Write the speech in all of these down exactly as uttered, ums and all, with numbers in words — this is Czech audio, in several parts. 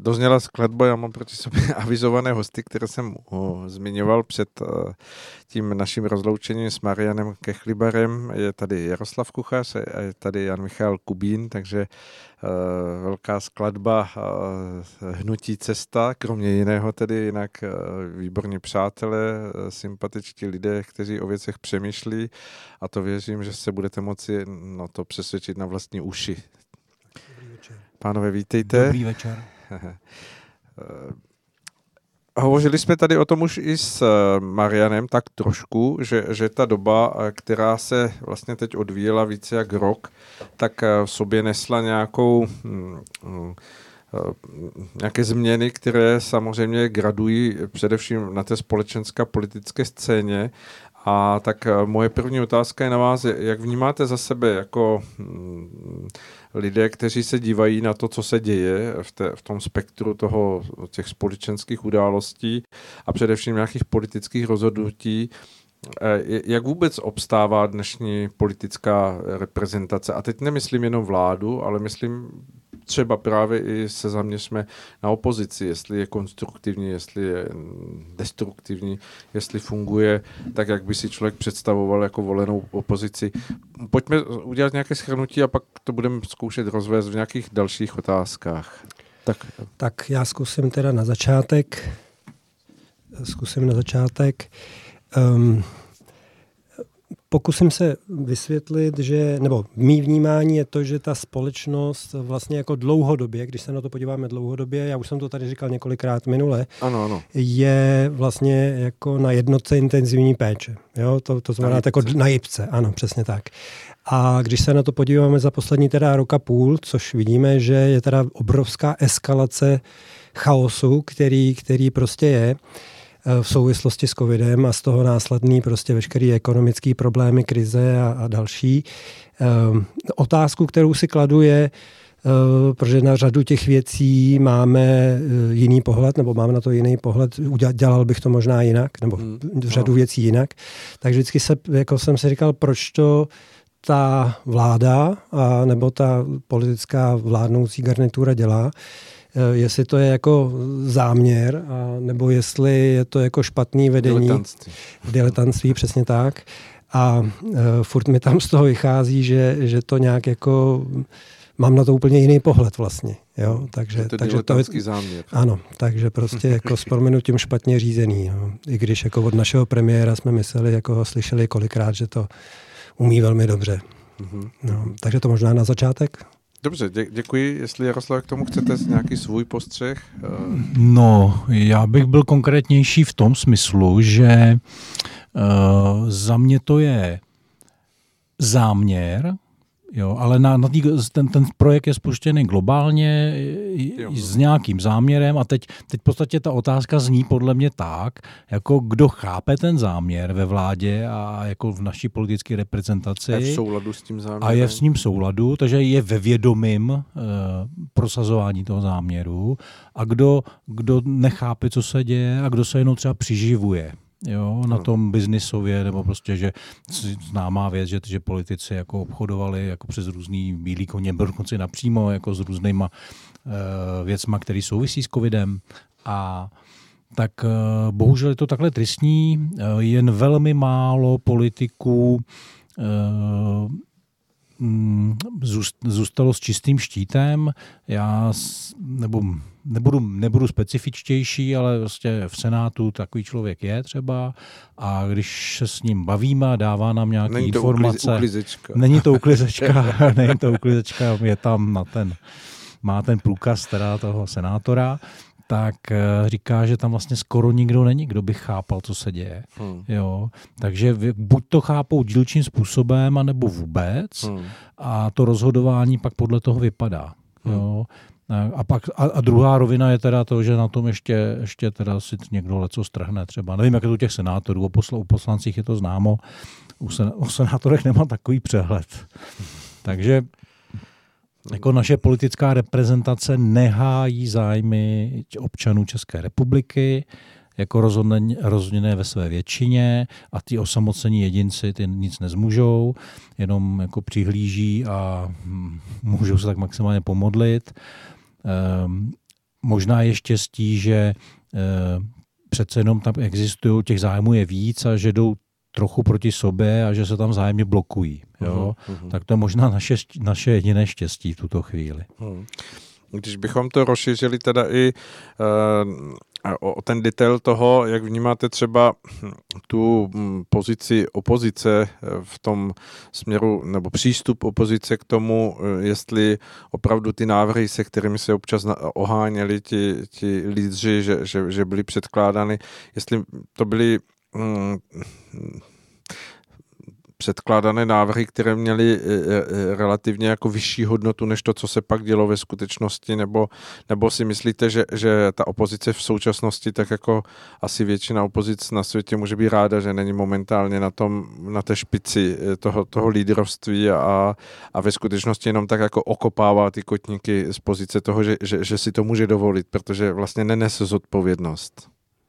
dozněla skladba, já mám proti sobě avizované hosty, které jsem uh, zmiňoval před uh, tím naším rozloučením s Marianem Kechlibarem. Je tady Jaroslav Kuchař a je tady Jan Michal Kubín, takže uh, velká skladba uh, Hnutí cesta, kromě jiného tedy jinak uh, výborní přátelé, uh, sympatičtí lidé, kteří o věcech přemýšlí, a to věřím, že se budete moci no, to přesvědčit na vlastní uši. Pánové, vítejte. Dobrý večer. Hovořili jsme tady o tom už i s Marianem tak trošku, že, že ta doba, která se vlastně teď odvíjela více jak rok, tak v sobě nesla nějakou, nějaké změny, které samozřejmě gradují především na té společenské politické scéně. A tak moje první otázka je na vás, jak vnímáte za sebe jako lidé, kteří se dívají na to, co se děje v, té, v tom spektru toho, těch společenských událostí a především nějakých politických rozhodnutí, jak vůbec obstává dnešní politická reprezentace? A teď nemyslím jenom vládu, ale myslím třeba právě i se zaměřme na opozici, jestli je konstruktivní, jestli je destruktivní, jestli funguje tak, jak by si člověk představoval jako volenou opozici. Pojďme udělat nějaké shrnutí a pak to budeme zkoušet rozvést v nějakých dalších otázkách. Tak, tak já zkusím teda na začátek. Zkusím na začátek. Um, Pokusím se vysvětlit, že, nebo mý vnímání je to, že ta společnost vlastně jako dlouhodobě, když se na to podíváme dlouhodobě, já už jsem to tady říkal několikrát minule, ano, ano. je vlastně jako na jednotce intenzivní péče. Jo? To, to znamená jako na jipce, ano, přesně tak. A když se na to podíváme za poslední teda rok a půl, což vidíme, že je teda obrovská eskalace chaosu, který, který prostě je v souvislosti s covidem a z toho následný prostě veškerý ekonomický problémy, krize a, a další. Um, otázku, kterou si kladu, je, uh, protože na řadu těch věcí máme uh, jiný pohled, nebo mám na to jiný pohled, udělal, dělal bych to možná jinak, nebo hmm. řadu no. věcí jinak. Tak vždycky se, jako jsem si říkal, proč to ta vláda a nebo ta politická vládnoucí garnitura dělá, jestli to je jako záměr, a nebo jestli je to jako špatný vedení. Diletantství. Diletantství, přesně tak. A uh, furt mi tam z toho vychází, že, že to nějak jako, mám na to úplně jiný pohled vlastně. Jo? Takže, je to takže diletantský to, záměr. Ano, takže prostě jako s prominutím špatně řízený. No. I když jako od našeho premiéra jsme mysleli, jako ho slyšeli kolikrát, že to umí velmi dobře. Mm-hmm. No, takže to možná na začátek. Dobře, dě- děkuji. Jestli, Jaroslav, k tomu chcete nějaký svůj postřeh? No, já bych byl konkrétnější v tom smyslu, že uh, za mě to je záměr, jo, ale na, na tý, ten, ten projekt je spuštěný globálně jo. s nějakým záměrem a teď, teď v podstatě ta otázka zní podle mě tak, jako kdo chápe ten záměr ve vládě a jako v naší politické reprezentaci. Je v souladu s tím záměrem. A je s ním souladu, takže je ve vědomím uh, prosazování toho záměru a kdo, kdo nechápe, co se děje a kdo se jenom třeba přiživuje. Jo, na tom biznisově, nebo prostě, že známá věc, že, že politici jako obchodovali jako přes různý bílý koně, dokonce napřímo jako s různýma uh, věcma, které souvisí s covidem. A tak uh, bohužel je to takhle tristní, uh, jen velmi málo politiků uh, zůstalo s čistým štítem. Já nebo nebudu, nebudu specifičtější, ale vlastně v Senátu takový člověk je třeba a když se s ním bavíme a dává nám nějaké není informace. To uklizečka. Není to uklizečka. Není to uklizečka, je tam na ten, má ten průkaz teda toho senátora, tak říká, že tam vlastně skoro nikdo není, kdo by chápal, co se děje. Hmm. Jo? Takže buď to chápou dílčím způsobem, anebo vůbec hmm. a to rozhodování pak podle toho vypadá. Hmm. Jo? A, pak, a, a druhá rovina je teda to, že na tom ještě, ještě teda si někdo leco strhne třeba. Nevím, jak je to u těch senátorů, o, posl, u poslancích je to známo, u, sen, u senátorech nemám takový přehled. Takže jako naše politická reprezentace nehájí zájmy občanů České republiky, jako rozhodně ve své většině a ty osamocení jedinci ty nic nezmůžou, jenom jako přihlíží a můžou se tak maximálně pomodlit. Um, možná je štěstí, že e, přece jenom tam existují, těch zájmů je víc a že jdou trochu proti sobě a že se tam vzájemně blokují. Jo? Uh-huh. Tak to je možná naše, naše jediné štěstí v tuto chvíli. Uh-huh. Když bychom to rozšířili teda i uh, o ten detail toho, jak vnímáte třeba tu pozici opozice v tom směru, nebo přístup opozice k tomu, jestli opravdu ty návrhy, se kterými se občas oháněli ti, ti lídři, že, že, že byly předkládány, jestli to byly um, předkládané návrhy, které měly relativně jako vyšší hodnotu než to, co se pak dělo ve skutečnosti, nebo, nebo si myslíte, že, že ta opozice v současnosti, tak jako asi většina opozic na světě může být ráda, že není momentálně na tom, na té špici toho, toho lídrovství a, a ve skutečnosti jenom tak jako okopává ty kotníky z pozice toho, že, že, že si to může dovolit, protože vlastně nenese zodpovědnost.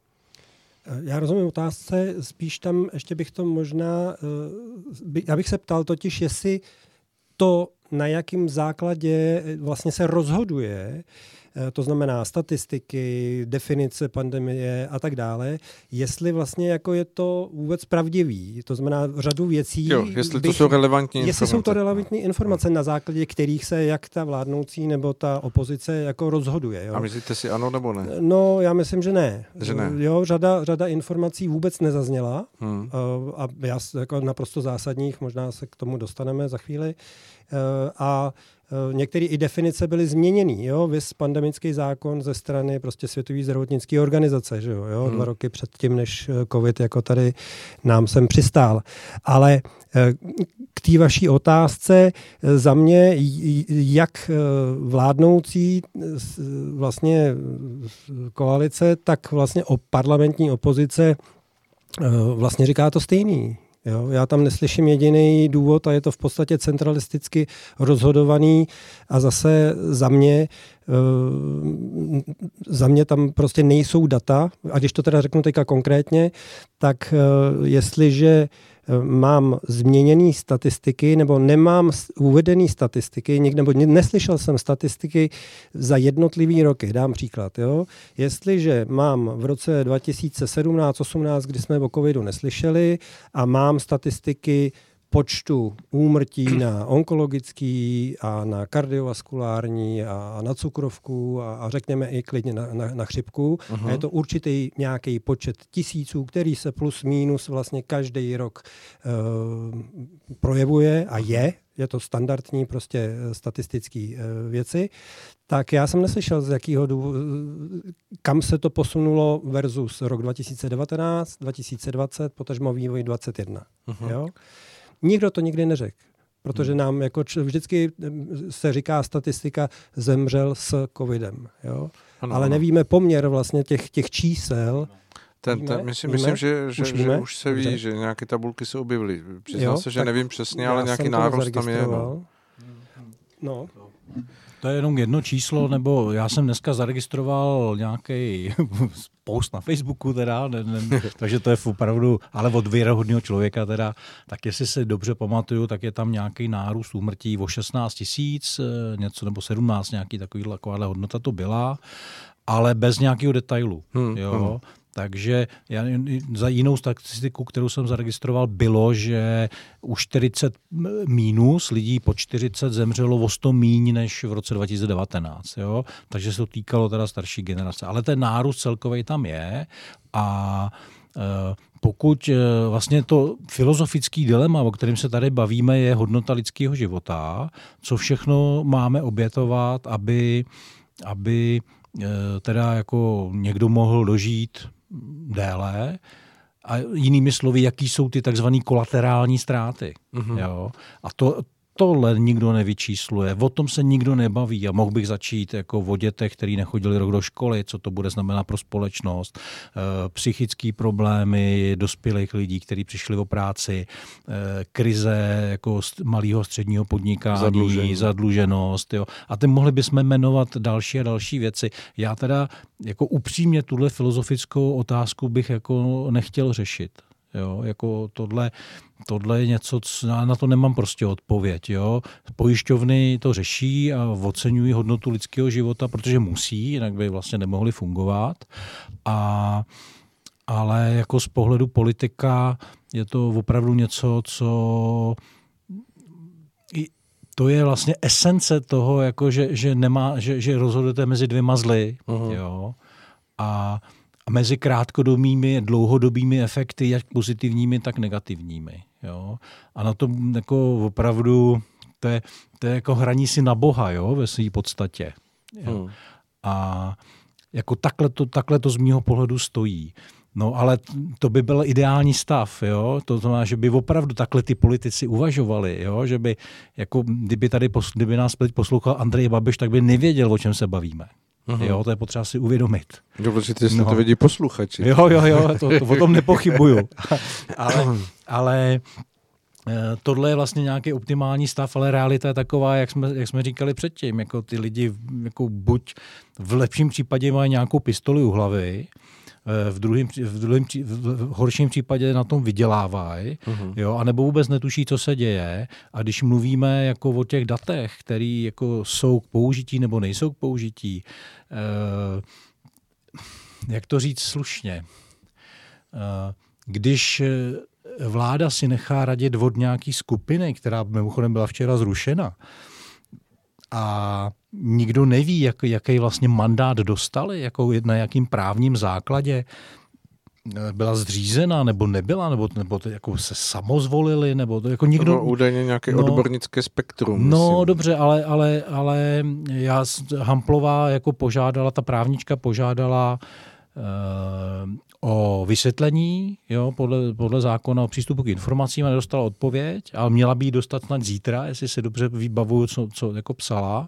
Já rozumím otázce, spíš tam ještě bych to možná, já bych se ptal totiž, jestli to, na jakém základě vlastně se rozhoduje, to znamená statistiky, definice pandemie a tak dále, jestli vlastně jako je to vůbec pravdivý. To znamená řadu věcí. Jo, jestli bych, to jsou relevantní jestli informace. jsou to relevantní informace, na základě kterých se jak ta vládnoucí nebo ta opozice jako rozhoduje. Jo? A myslíte si ano nebo ne? No, já myslím, že ne. Že ne. Jo, řada, řada informací vůbec nezazněla hmm. a já jako naprosto zásadních, možná se k tomu dostaneme za chvíli. A některé i definice byly změněny, jo, vys pandemický zákon ze strany prostě Světové zdravotnické organizace, že jo, jo hmm. dva roky předtím, než covid jako tady nám sem přistál. Ale k té vaší otázce za mě, jak vládnoucí vlastně koalice, tak vlastně o parlamentní opozice vlastně říká to stejný. Jo, já tam neslyším jediný důvod a je to v podstatě centralisticky rozhodovaný a zase za mě, uh, za mě tam prostě nejsou data a když to teda řeknu teďka konkrétně, tak uh, jestliže mám změněné statistiky nebo nemám uvedené statistiky, nebo neslyšel jsem statistiky za jednotlivý roky. Dám příklad. Jo? Jestliže mám v roce dva tisíce sedmnáct osmnáct, kdy jsme o covidu neslyšeli a mám statistiky počtu úmrtí na onkologický a na kardiovaskulární a na cukrovku a, a řekněme i klidně na, na, na chřipku. Uh-huh. A je to určitý nějaký počet tisíců, který se plus minus vlastně každý rok uh, projevuje a je. Je to standardní prostě statistický uh, věci. Tak já jsem neslyšel, z jakého důvodu, kam se to posunulo versus rok dva tisíce devatenáct, dva tisíce dvacet, potažmo vývoj dvacet jedna. Uh-huh. Jo? Nikdo to nikdy neřekl, protože nám jako č- vždycky se říká statistika zemřel s covidem, jo? Ano, ale ano. Nevíme poměr vlastně těch, těch čísel. Ten, ten, víme? myslím, myslím, že, že, už, že už se ví, Dobře. že nějaké tabulky se objevily. Přiznám se, že nevím přesně, ale nějaký nárůst tam je. No. no. To je jenom jedno číslo, nebo já jsem dneska zaregistroval nějaký post na Facebooku, teda, ne, ne, takže to je opravdu, ale od věrohodného člověka, teda, tak jestli se dobře pamatuju, tak je tam nějaký nárůst úmrtí o šestnáct tisíc, něco nebo sedmnáct, nějaký takový, takováhle hodnota to byla, ale bez nějakého detailu. Hmm, jo. Hmm. Takže já, za jinou statistiku, kterou jsem zaregistroval, bylo, že u čtyřicet mínus lidí po čtyřicet zemřelo o sto míň než v roce dva tisíce devatenáct. Jo? Takže se to týkalo teda starší generace. Ale ten nárůst celkový tam je a e, pokud e, vlastně to filozofický dilema, o kterém se tady bavíme, je hodnota lidského života, co všechno máme obětovat, aby, aby e, teda jako někdo mohl dožít déle a jinými slovy, jaký jsou ty takzvané kolaterální ztráty. Mm-hmm. Jo? A to, tohle nikdo nevyčísluje, o tom se nikdo nebaví a mohl bych začít jako o dětech, který nechodili rok do školy, co to bude znamenat pro společnost, e, psychické problémy dospělých lidí, kteří přišli o práci, e, krize jako malého středního podnikání, Zadlužení. zadluženost. Jo. A ty mohli bychom jmenovat další a další věci. Já teda jako upřímně tuhle filozofickou otázku bych jako nechtěl řešit. Jo? Jako tohle, tohle je něco, co, na to nemám prostě odpověď. Jo? Pojišťovny to řeší a oceňují hodnotu lidského života, protože musí, jinak by vlastně nemohli fungovat. A, ale jako z pohledu politika je to opravdu něco, co... To je vlastně esence toho, jako že, že, nemá, že, že rozhodujete mezi dvěma zly. Uh-huh. Jo? A, a mezi krátkodobými, dlouhodobými efekty, jak pozitivními, tak negativními. Jo? A na tom jako opravdu, to je, to je jako hraní si na Boha, jo? Ve své podstatě. Jo? Uh-huh. A jako takhle to, takhle to z mýho pohledu stojí. No ale to by byl ideální stav, jo? To znamená, že by opravdu takhle ty politici uvažovali, jo? Že by, jako, kdyby, tady, kdyby nás poslouchal Andrej Babiš, tak by nevěděl, o čem se bavíme. Uhum. Jo, to je potřeba si uvědomit. Dobře, ty no. to vidí posluchači. Jo, jo, jo, to, to o tom nepochybuju. ale, ale tohle je vlastně nějaký optimální stav, ale realita je taková, jak jsme, jak jsme říkali předtím. Jako ty lidi jako buď v lepším případě mají nějakou pistoli u hlavy, v druhém, v druhém, v horším případě na tom vydělávají, uh-huh. jo, anebo vůbec netuší, co se děje. A když mluvíme jako o těch datech, které jako jsou k použití nebo nejsou k použití, eh, jak to říct slušně, eh, když vláda si nechá radit od nějaký skupiny, která mimochodem byla včera zrušena, a nikdo neví, jak, jaký vlastně mandát dostali, jako na jakým právním základě byla zřízena, nebo nebyla, nebo, nebo to jako se samozvolili, nebo to jako nikdo... To bylo údajně nějaké no, odbornické spektrum. No myslím. Dobře, ale, ale, ale já Hamplová jako požádala, ta právnička požádala uh, o vysvětlení, jo, podle, podle zákona o přístupu k informacím a nedostala odpověď, ale měla by ji dostat snad zítra, jestli se dobře vybavuju, co, co jako psala.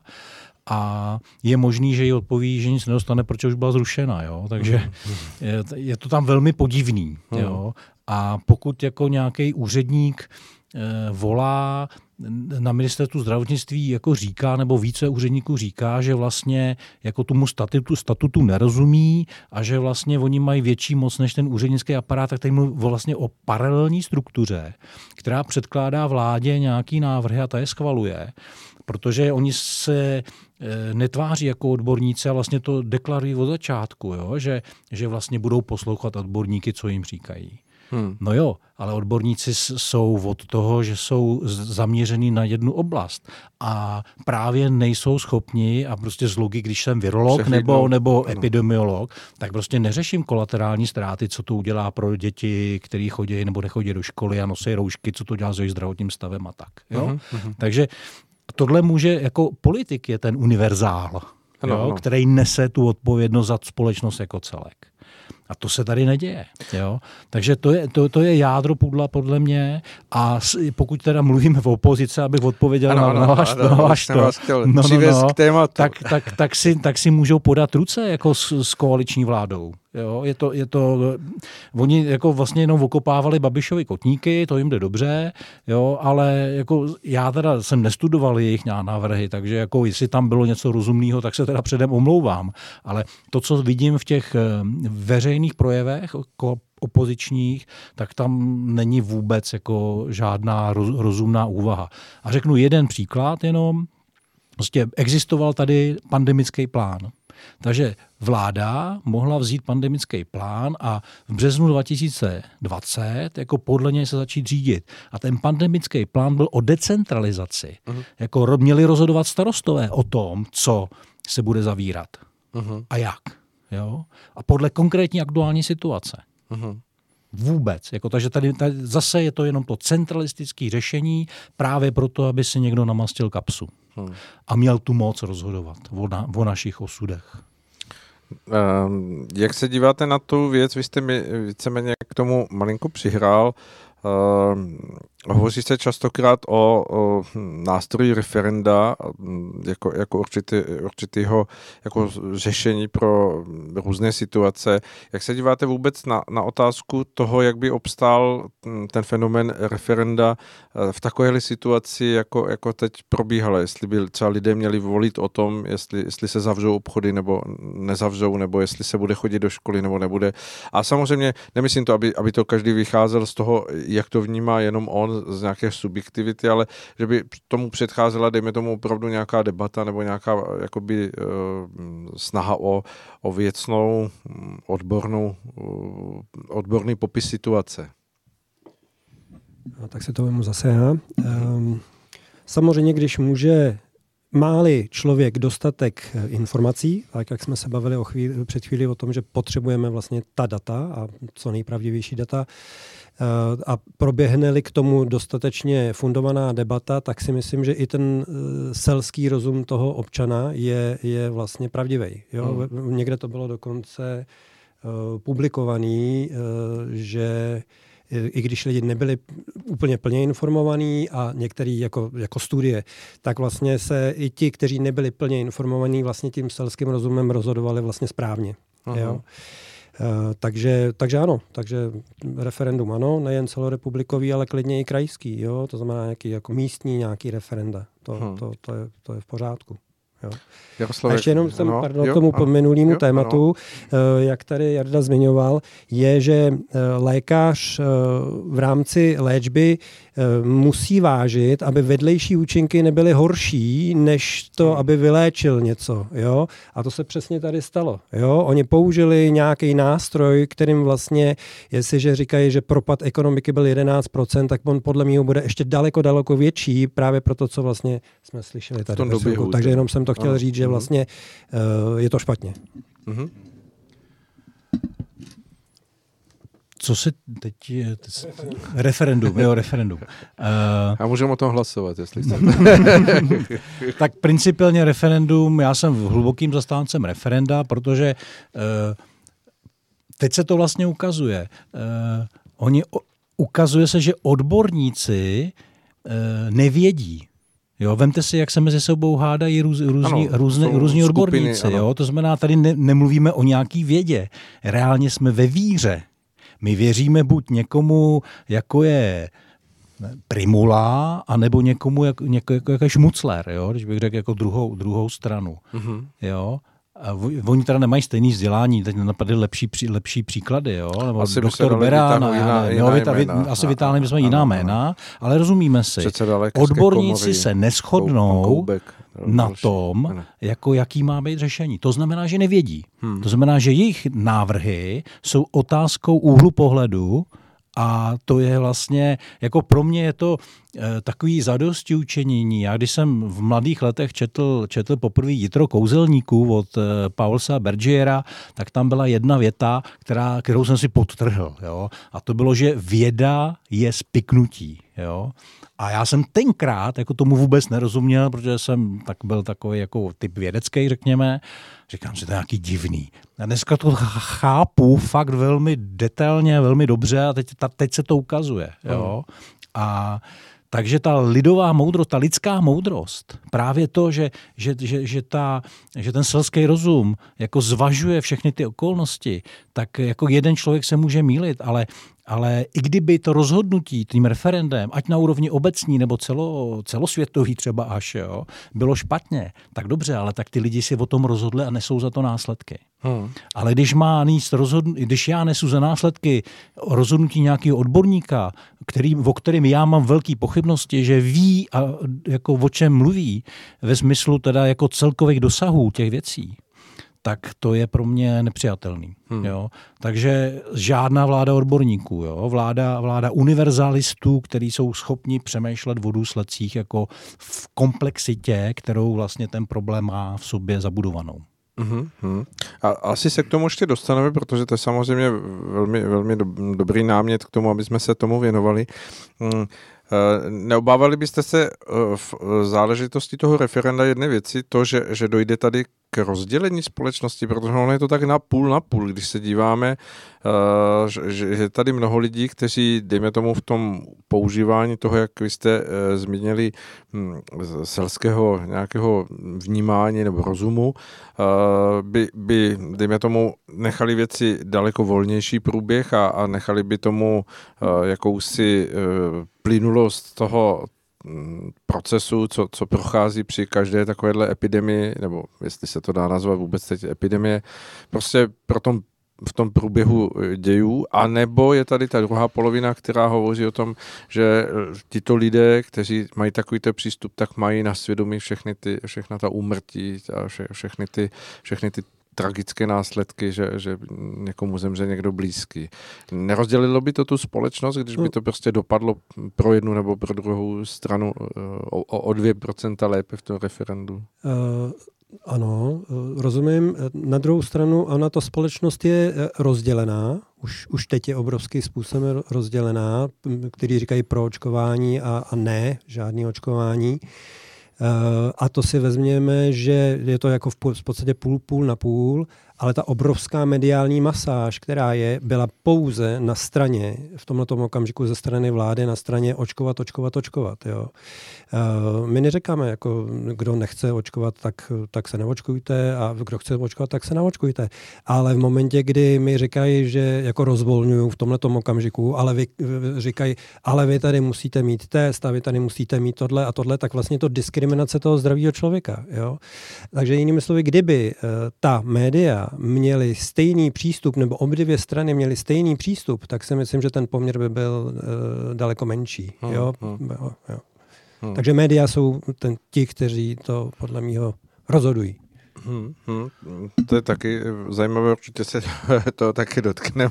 A je možný, že jí odpoví, že nic nedostane, protože už byla zrušena. Jo? Takže je, je to tam velmi podivný. Jo? A pokud jako nějaký úředník eh, volá na ministerstvu zdravotnictví, jako říká, nebo více úředníků říká, že vlastně jako tomu statutu, statutu nerozumí a že vlastně oni mají větší moc než ten úřednický aparát, tak tady mluví vlastně o paralelní struktuře, která předkládá vládě nějaký návrhy a ta je schvaluje. Protože oni se netváří jako odborníci a vlastně to deklarují od začátku, jo? Že, že vlastně budou poslouchat odborníky, co jim říkají. Hmm. No jo, ale odborníci jsou od toho, že jsou zaměřený na jednu oblast a právě nejsou schopni a prostě z logiky, když jsem virolog nebo, nebo epidemiolog, tak prostě neřeším kolaterální ztráty, co to udělá pro děti, který chodí nebo nechodí do školy a nosí roušky, co to dělá s jejich zdravotním stavem a tak. Jo? Hmm. Takže tohle může, jako politik je ten univerzál, ano, jo, ano. který nese tu odpovědnost za společnost jako celek. A to se tady neděje. Jo? Takže to je, to, to je jádro pudla podle mě a pokud teda mluvíme v opozici, abych odpověděl ano, na, ano, na váš, ano, na váš to, no, no, no, k tématu. Tak, tak, tak, si, tak si můžou podat ruce jako s, s koaliční vládou. Jo? Je to, je to, oni jako vlastně jenom okopávali Babišovi kotníky, to jim jde dobře, jo? Ale jako já teda jsem nestudoval jejich návrhy, takže jako jestli tam bylo něco rozumného, tak se teda předem omlouvám. Ale to, co vidím v těch veřejných projevech opozičních, tak tam není vůbec jako žádná rozumná úvaha. A řeknu jeden příklad jenom. Prostě existoval tady pandemický plán. Takže vláda mohla vzít pandemický plán a v březnu dva tisíce dvacet jako podle něj se začít řídit. A ten pandemický plán byl o decentralizaci. Uh-huh. Jako měli rozhodovat starostové o tom, co se bude zavírat. Uh-huh. A jak. Jo? A podle konkrétní aktuální situace. Uh-huh. Vůbec. Jako, takže tady, tady zase je to jenom to centralistické řešení právě proto, aby si někdo namastil kapsu. Hmm. A měl tu moc rozhodovat o, na, o našich osudech. Um, jak se díváte na tu věc? Vy jste mi víceméně k tomu malinko přihrál. Um, Hovoří se častokrát o, o nástroji referenda jako, jako určitý, určitýho jako řešení pro různé situace. Jak se díváte vůbec na, na otázku toho, jak by obstál ten fenomén referenda v takovéhle situaci, jako, jako teď probíhalo? Jestli by třeba lidé měli volit o tom, jestli, jestli se zavřou obchody nebo nezavřou, nebo jestli se bude chodit do školy nebo nebude. A samozřejmě nemyslím to, aby, aby to každý vycházel z toho, jak to vnímá jenom on, z nějaké subjektivity, ale že by tomu předcházela, dejme tomu, opravdu nějaká debata nebo nějaká jakoby uh, snaha o, o věcnou, odbornou, uh, odborný popis situace. No, tak si to vemu zase já. Um, samozřejmě, když může má-li člověk dostatek informací, tak jak jsme se bavili o chvíli, před chvíli o tom, že potřebujeme vlastně ta data a co nejpravdivější data, a proběhne-li k tomu dostatečně fundovaná debata, tak si myslím, že i ten selský rozum toho občana je, je vlastně pravdivý. Jo? Hmm. Někde to bylo dokonce uh, publikovaný, uh, že i když lidi nebyli úplně plně informovaní a některý jako, jako studie, tak vlastně se i ti, kteří nebyli plně informovaní, vlastně tím selským rozumem rozhodovali vlastně správně. Jo? Uh, takže, takže ano, takže referendum ano, nejen celorepublikový, ale klidně i krajský, jo? To znamená nějaký jako místní nějaký referenda. To, hmm. to, to, je, to je v pořádku. Jo. A ještě jenom jsem, ano, pardon, jo, tomu ano, minulému jo, tématu, ano. Jak tady Jarda zmiňoval, je, že lékař v rámci léčby musí vážit, aby vedlejší účinky nebyly horší, než to, aby vyléčil něco. Jo? A to se přesně tady stalo. Jo? Oni použili nějaký nástroj, kterým vlastně, jestliže říkají, že propad ekonomiky byl jedenáct procent, tak on podle mě bude ještě daleko, daleko větší, právě proto, co vlastně jsme slyšeli tady. Doběhu, takže jenom jsem to chtěl ano. říct, že vlastně uh, je to špatně. Uh-huh. Co se teď je? Teď... Referendum, jo, referendum. Uh, a můžeme o tom hlasovat, jestli chcete. Tak principiálně referendum, já jsem hlubokým zastáncem referenda, protože uh, teď se to vlastně ukazuje. Uh, oni o, ukazuje se, že odborníci uh, nevědí. Jo, vemte si, jak se mezi sebou hádají růz, různí, ano, různé, různí odborníci. Skupiny, jo? To znamená, tady ne, nemluvíme o nějaký vědě. Reálně jsme ve víře. My věříme buď někomu, jako je Primula, anebo někomu, jak, něko, jako, jako je Šmucler, jo? Když bych řekl jako druhou, druhou stranu. Mm-hmm. Jo? A oni teda nemají stejný vzdělání, teď napadly lepší, lepší příklady, jo? Nebo asi doktor Berán, asi vytáhneme bychom jiná jména, ale rozumíme si. Odborníci komory, se neshodnou Koubek, na tom, ano. jako jaký má být řešení. To znamená, že nevědí. Hmm. To znamená, že jejich návrhy jsou otázkou úhlu pohledu. A to je vlastně, jako pro mě je to e, takový zadostiučinění. Já když jsem v mladých letech četl, četl poprvé Jitro kouzelníků od e, Paulsa Bergiera, tak tam byla jedna věta, která, kterou jsem si podtrhl. Jo? A to bylo, že věda je spiknutí. Jo? A já jsem tenkrát jako tomu vůbec nerozuměl, protože jsem tak byl takový jako typ vědecký, řekněme. Říkám, že to je nějaký divný. A dneska to chápu fakt velmi detailně, velmi dobře a teď, ta, teď se to ukazuje. Jo? A takže ta lidová moudrost, ta lidská moudrost, právě to, že, že, že, že, ta, že ten selský rozum jako zvažuje všechny ty okolnosti, tak jako jeden člověk se může mýlit, ale Ale i kdyby to rozhodnutí tím referendem, ať na úrovni obecní nebo celo, celosvětový třeba až, jo, bylo špatně, tak dobře, ale tak ty lidi si o tom rozhodli a nesou za to následky. Hmm. Ale když má níst rozhodnutí, když já nesu za následky rozhodnutí nějakého odborníka, který, o kterém já mám velké pochybnosti, že ví a jako o čem mluví, ve smyslu teda jako celkových dosahů těch věcí, tak to je pro mě nepřijatelný. Hmm. Jo? Takže žádná vláda odborníků, jo? Vláda, vláda univerzalistů, kteří jsou schopni přemýšlet o důsledcích jako v komplexitě, kterou vlastně ten problém má v sobě zabudovanou. Mm-hmm. A asi se k tomu ještě dostaneme, protože to je samozřejmě velmi, velmi dobrý námět k tomu, aby jsme se tomu věnovali. Mm. Neobávali byste se v záležitosti toho referenda jedné věci, to, že, že dojde tady k rozdělení společnosti, protože ono je to tak na půl na půl, když se díváme, uh, že je tady mnoho lidí, kteří, dejme tomu v tom používání toho, jak vy jste uh, zmínili hm, selského nějakého vnímání nebo rozumu, uh, by, by, dejme tomu, nechali věci daleko volnější průběh a, a nechali by tomu uh, jakousi uh, plynulost toho procesu, co, co prochází při každé takovéhle epidemii, nebo jestli se to dá nazvat vůbec teď epidemie, prostě pro tom, v tom průběhu dějů, anebo je tady ta druhá polovina, která hovoří o tom, že tito lidé, kteří mají takovýto přístup, tak mají na svědomí všechny ty, všechna ta úmrtí a vše, všechny ty, všechny ty tragické následky, že, že někomu zemře někdo blízký. Nerozdělilo by to tu společnost, když by to prostě dopadlo pro jednu nebo pro druhou stranu o, o dvě procenta lépe v tom referendu? Uh, ano, rozumím. Na druhou stranu, ona to společnost je rozdělená. Už, už teď je obrovský způsobem rozdělená, který říkají pro očkování a, a ne, žádný očkování. Uh, a to si vezměme, že je to jako v, v podstatě půl, půl na půl, ale ta obrovská mediální masáž, která je, byla pouze na straně, v tomto okamžiku ze strany vlády, na straně očkovat, očkovat, očkovat. Jo. Uh, my neříkáme, jako, kdo nechce očkovat, tak, tak se neočkujte a kdo chce očkovat, tak se naočkujte. Ale v momentě, kdy mi říkají, že jako rozvolňují v tomto okamžiku, ale vy říkají, ale vy tady musíte mít test a vy tady musíte mít tohle a tohle, tak vlastně to diskriminace toho zdravého člověka. Jo. Takže jinými slovy, kdyby uh, ta média měli stejný přístup, nebo obě dvě strany měly stejný přístup, tak si myslím, že ten poměr by byl uh, daleko menší. Hmm, jo? Hmm. Jo, jo. Hmm. Takže média jsou ten, ti, kteří to podle mého rozhodují. Hmm, hmm. To je taky zajímavé, určitě se to taky dotkneme.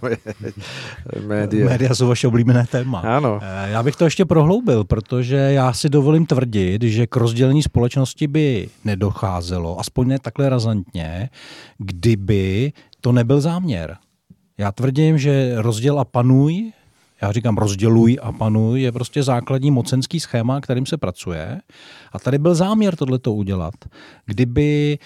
Média. Média jsou vaše oblíbené téma. Ano. Já bych to ještě prohloubil, protože já si dovolím tvrdit, že k rozdělení společnosti by nedocházelo, aspoň ne takhle razantně, kdyby to nebyl záměr. Já tvrdím, že rozděl a panuj, já říkám rozděluj a panuj, je prostě základní mocenský schéma, kterým se pracuje. A tady byl záměr tohleto udělat. Kdyby,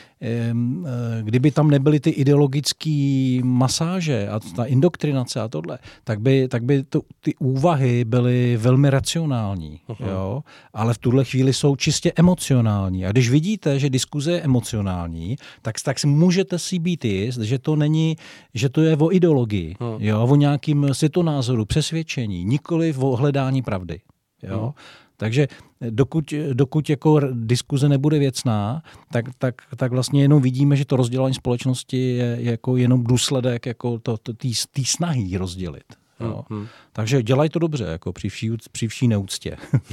kdyby tam nebyly ty ideologické masáže a ta indoktrinace a tohle, tak by, tak by to, ty úvahy byly velmi racionální. Uh-huh. Jo? Ale v tuhle chvíli jsou čistě emocionální. A když vidíte, že diskuze je emocionální, tak, tak si můžete si být jist, že to není, že to je o ideologii, uh-huh. jo? O nějakým světonázoru, přesvědčení, nikoli o hledání pravdy. Jo? Uh-huh. Takže dokud, dokud jako diskuze nebude věcná, tak, tak, tak vlastně jenom vidíme, že to rozdělení společnosti je jako jenom důsledek jako té snahy rozdělit. Jo. Hmm. Takže dělají to dobře, jako při vší, při vší neúctě.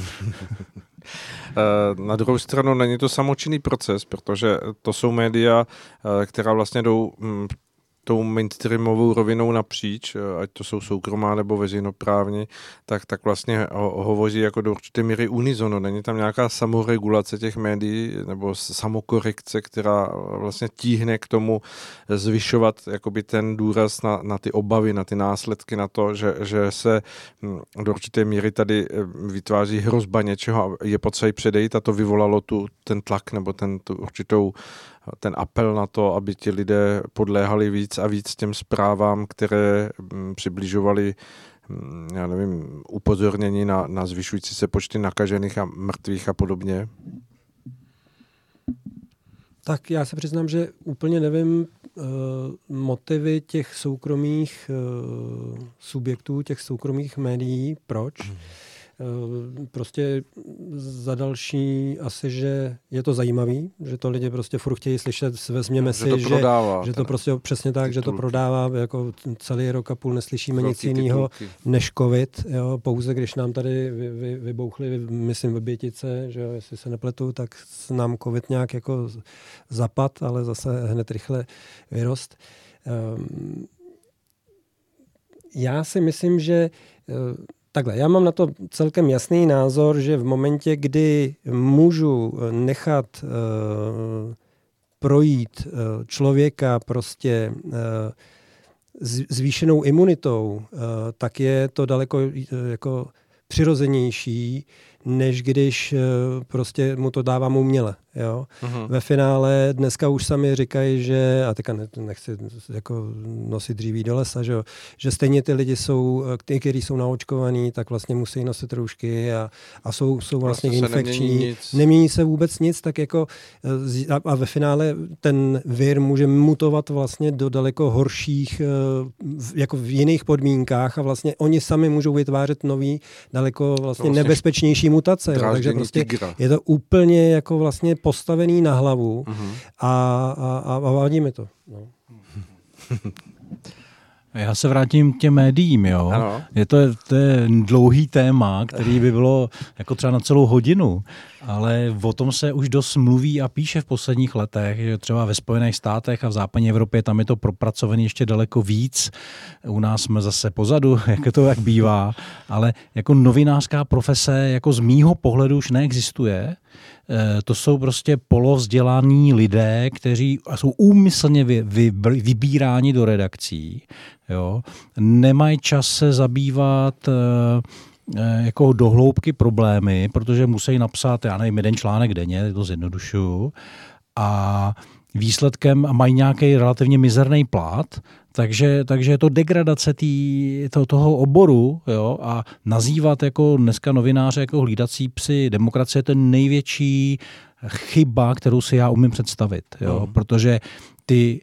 Na druhou stranu není to samočinný proces, protože to jsou média, která vlastně jdou tou mainstreamovou rovinou napříč, ať to jsou soukromá nebo veřejnoprávní, tak, tak vlastně ho, hovoří jako do určité míry unizono. Není tam nějaká samoregulace těch médií nebo samokorekce, která vlastně tíhne k tomu zvyšovat jakoby ten důraz na, na ty obavy, na ty následky, na to, že, že se do určité míry tady vytváří hrozba něčeho a je potřeba předejít a to vyvolalo tu, ten tlak nebo ten, tu určitou ten apel na to, aby ti lidé podléhali víc a víc těm zprávám, které přibližovaly, já nevím, upozornění na, na zvyšující se počty nakažených a mrtvých a podobně? Tak já se přiznám, že úplně nevím uh, motivy těch soukromých uh, subjektů, těch soukromých médií, proč. Prostě za další asi, že je to zajímavý, že to lidi prostě furt chtějí slyšet, vezměme si, to že, prodává, že to prostě přesně tak, titulky. Že to prodává, jako celý rok a půl neslyšíme Velký nic jiného než covid, jo, pouze když nám tady vy, vy, vybouchly, myslím Vrbětice, že jo, jestli se nepletu, tak nám covid nějak jako zapad, ale zase hned rychle vyrost. Um, já si myslím, že uh, takhle, já mám na to celkem jasný názor, že v momentě, kdy můžu nechat uh, projít uh, člověka prostě uh, zvýšenou imunitou, uh, tak je to daleko uh, jako přirozenější, než když prostě mu to dávám uměle. Jo? Uh-huh. Ve finále dneska už sami říkají, že, a teďka nechci jako nosit dříví do lesa, že, že stejně ty lidi jsou, ty, kteří jsou naočkovaní, tak vlastně musí nosit roušky a, a jsou, jsou vlastně, vlastně infekční. Nemění, nemění se vůbec nic, tak jako a, a ve finále ten vir může mutovat vlastně do daleko horších, jako v jiných podmínkách a vlastně oni sami můžou vytvářet nový, daleko vlastně, vlastně nebezpečnější mutace. Jo? Takže prostě tigra. Je to úplně jako vlastně postavený na hlavu uh-huh. a, a, a, a vadí to. No. Já se vrátím k těm médiím, jo. Ano. Je to, to je dlouhý téma, který by bylo jako třeba na celou hodinu, ale o tom se už dost mluví a píše v posledních letech, že třeba ve Spojených státech a v západní Evropě tam je to propracované ještě daleko víc. U nás jsme zase pozadu, jak to jak bývá, ale jako novinářská profese jako z mýho pohledu už neexistuje. To jsou prostě polovzdělaní lidé, kteří jsou úmyslně vy, vy, vybíráni do redakcí. Jo. Nemají čas se zabývat jako dohloubky problémy, protože musí napsat, já nevím, jeden článek denně, to zjednodušuju, a výsledkem mají nějaký relativně mizerný plat, takže, takže je to degradace tý, to, toho oboru, jo, a nazývat jako dneska novináře jako hlídací psy demokracie je ten největší chyba, kterou si já umím představit, jo, mm. protože ty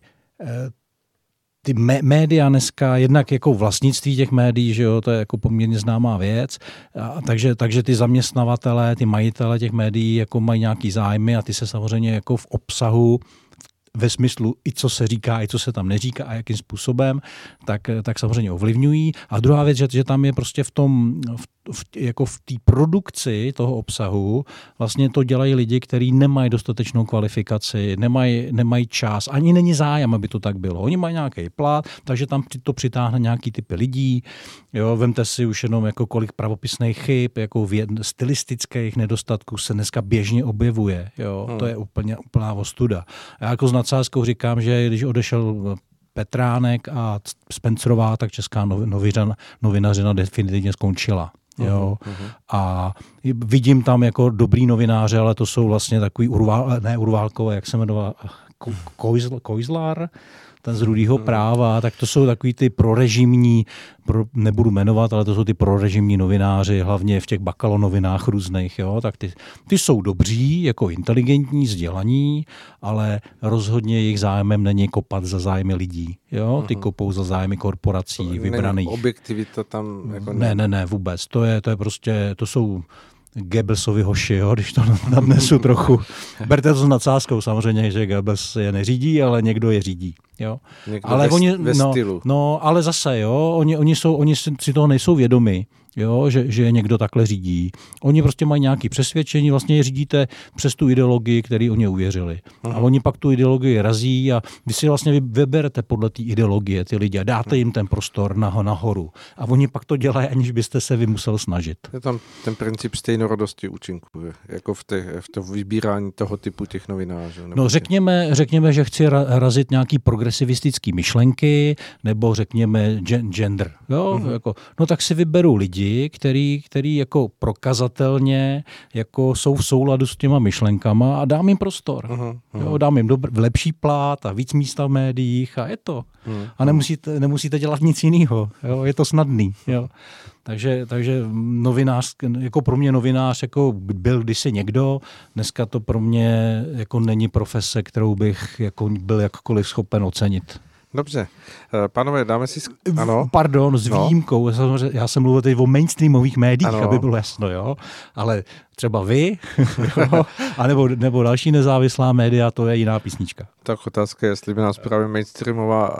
ty média dneska, jednak jako vlastnictví těch médií, že jo, to je jako poměrně známá věc, a takže, takže ty zaměstnavatelé, ty majitele těch médií jako mají nějaký zájmy a ty se samozřejmě jako v obsahu ve smyslu i co se říká, i co se tam neříká a jakým způsobem, tak, tak samozřejmě ovlivňují. A druhá věc, že, že tam je prostě v tom, v, v, jako v té produkci toho obsahu vlastně to dělají lidi, kteří nemají dostatečnou kvalifikaci, nemají, nemají čas, ani není zájem, aby to tak bylo. Oni mají nějaký plat, takže tam to přitáhne nějaký typy lidí. Jo, vemte si už jenom jako kolik pravopisných chyb, jako stylistických nedostatků se dneska běžně objevuje. Jo, hmm. To je úplně úplná ostuda. Já jako s nadsázkou říkám, že když odešel Petránek a Spencerová, tak česká noviřana, novinařina definitivně skončila. Jo. Uh-huh. A vidím tam jako dobrý novináře, ale to jsou vlastně takový urvál, ne urválkové, jak se jmenoval, Koizl, Koizlar, ten z Rudýho práva, tak to jsou takový ty prorežimní, pro, nebudu jmenovat, ale to jsou ty prorežimní novináři, hlavně v těch bakalo novinách různých, jo, tak ty, ty jsou dobří, jako inteligentní, vzdělaní, ale rozhodně jejich zájmem není kopat za zájmy lidí, jo, ty kopou za zájmy korporací, to vybraných. Objektivita tam jako ne. Ne, ne, ne, vůbec, to je, to je prostě, to jsou Goebbelsovi hoši, jo, když to nadnesu trochu. Berte to s nadsázkou samozřejmě, že Goebbels je neřídí, ale někdo je řídí. Jo. Ale ve, oni, ve no, stylu. No, ale zase, jo, oni, oni, jsou, oni si toho nejsou vědomi, jo, že, že někdo takhle řídí. Oni prostě mají nějaké přesvědčení, vlastně je řídíte přes tu ideologii, který oni uvěřili. Aha. A oni pak tu ideologii razí a vy si vlastně vyberete podle té ideologie ty lidi a dáte jim ten prostor nahoru. A oni pak to dělají, aniž byste se vy musel snažit. Je tam ten princip stejnorodosti účinkuje, jako v, te, v to vybírání toho typu těch novinářů. No řekněme, řekněme, že chci razit nějaký progresivistický myšlenky, nebo řekněme gender. Jo? Uh-huh. Jako, no tak si vyberu lidi, který, který jako prokazatelně jako jsou v souladu s těma myšlenkama a dám jim prostor. Uh-huh, uh-huh. Jo, dám jim dobr, lepší plát a víc místa v médiích a je to. Uh-huh. A nemusíte, nemusíte dělat nic jiného. Jo, je to snadný. Jo. Takže, takže novinář, jako pro mě novinář jako byl kdysi někdo, dneska to pro mě jako není profese, kterou bych jako byl jakkoliv schopen ocenit. Dobře. Pánové, dáme si... Ano? Pardon, s výjimkou. No. Já jsem mluvil teď o mainstreamových médiích, ano. Aby bylo jasno, jo. Ale třeba vy, jo, anebo, nebo další nezávislá média, to je jiná písnička. Tak otázka je, jestli by nás právě mainstreamová uh,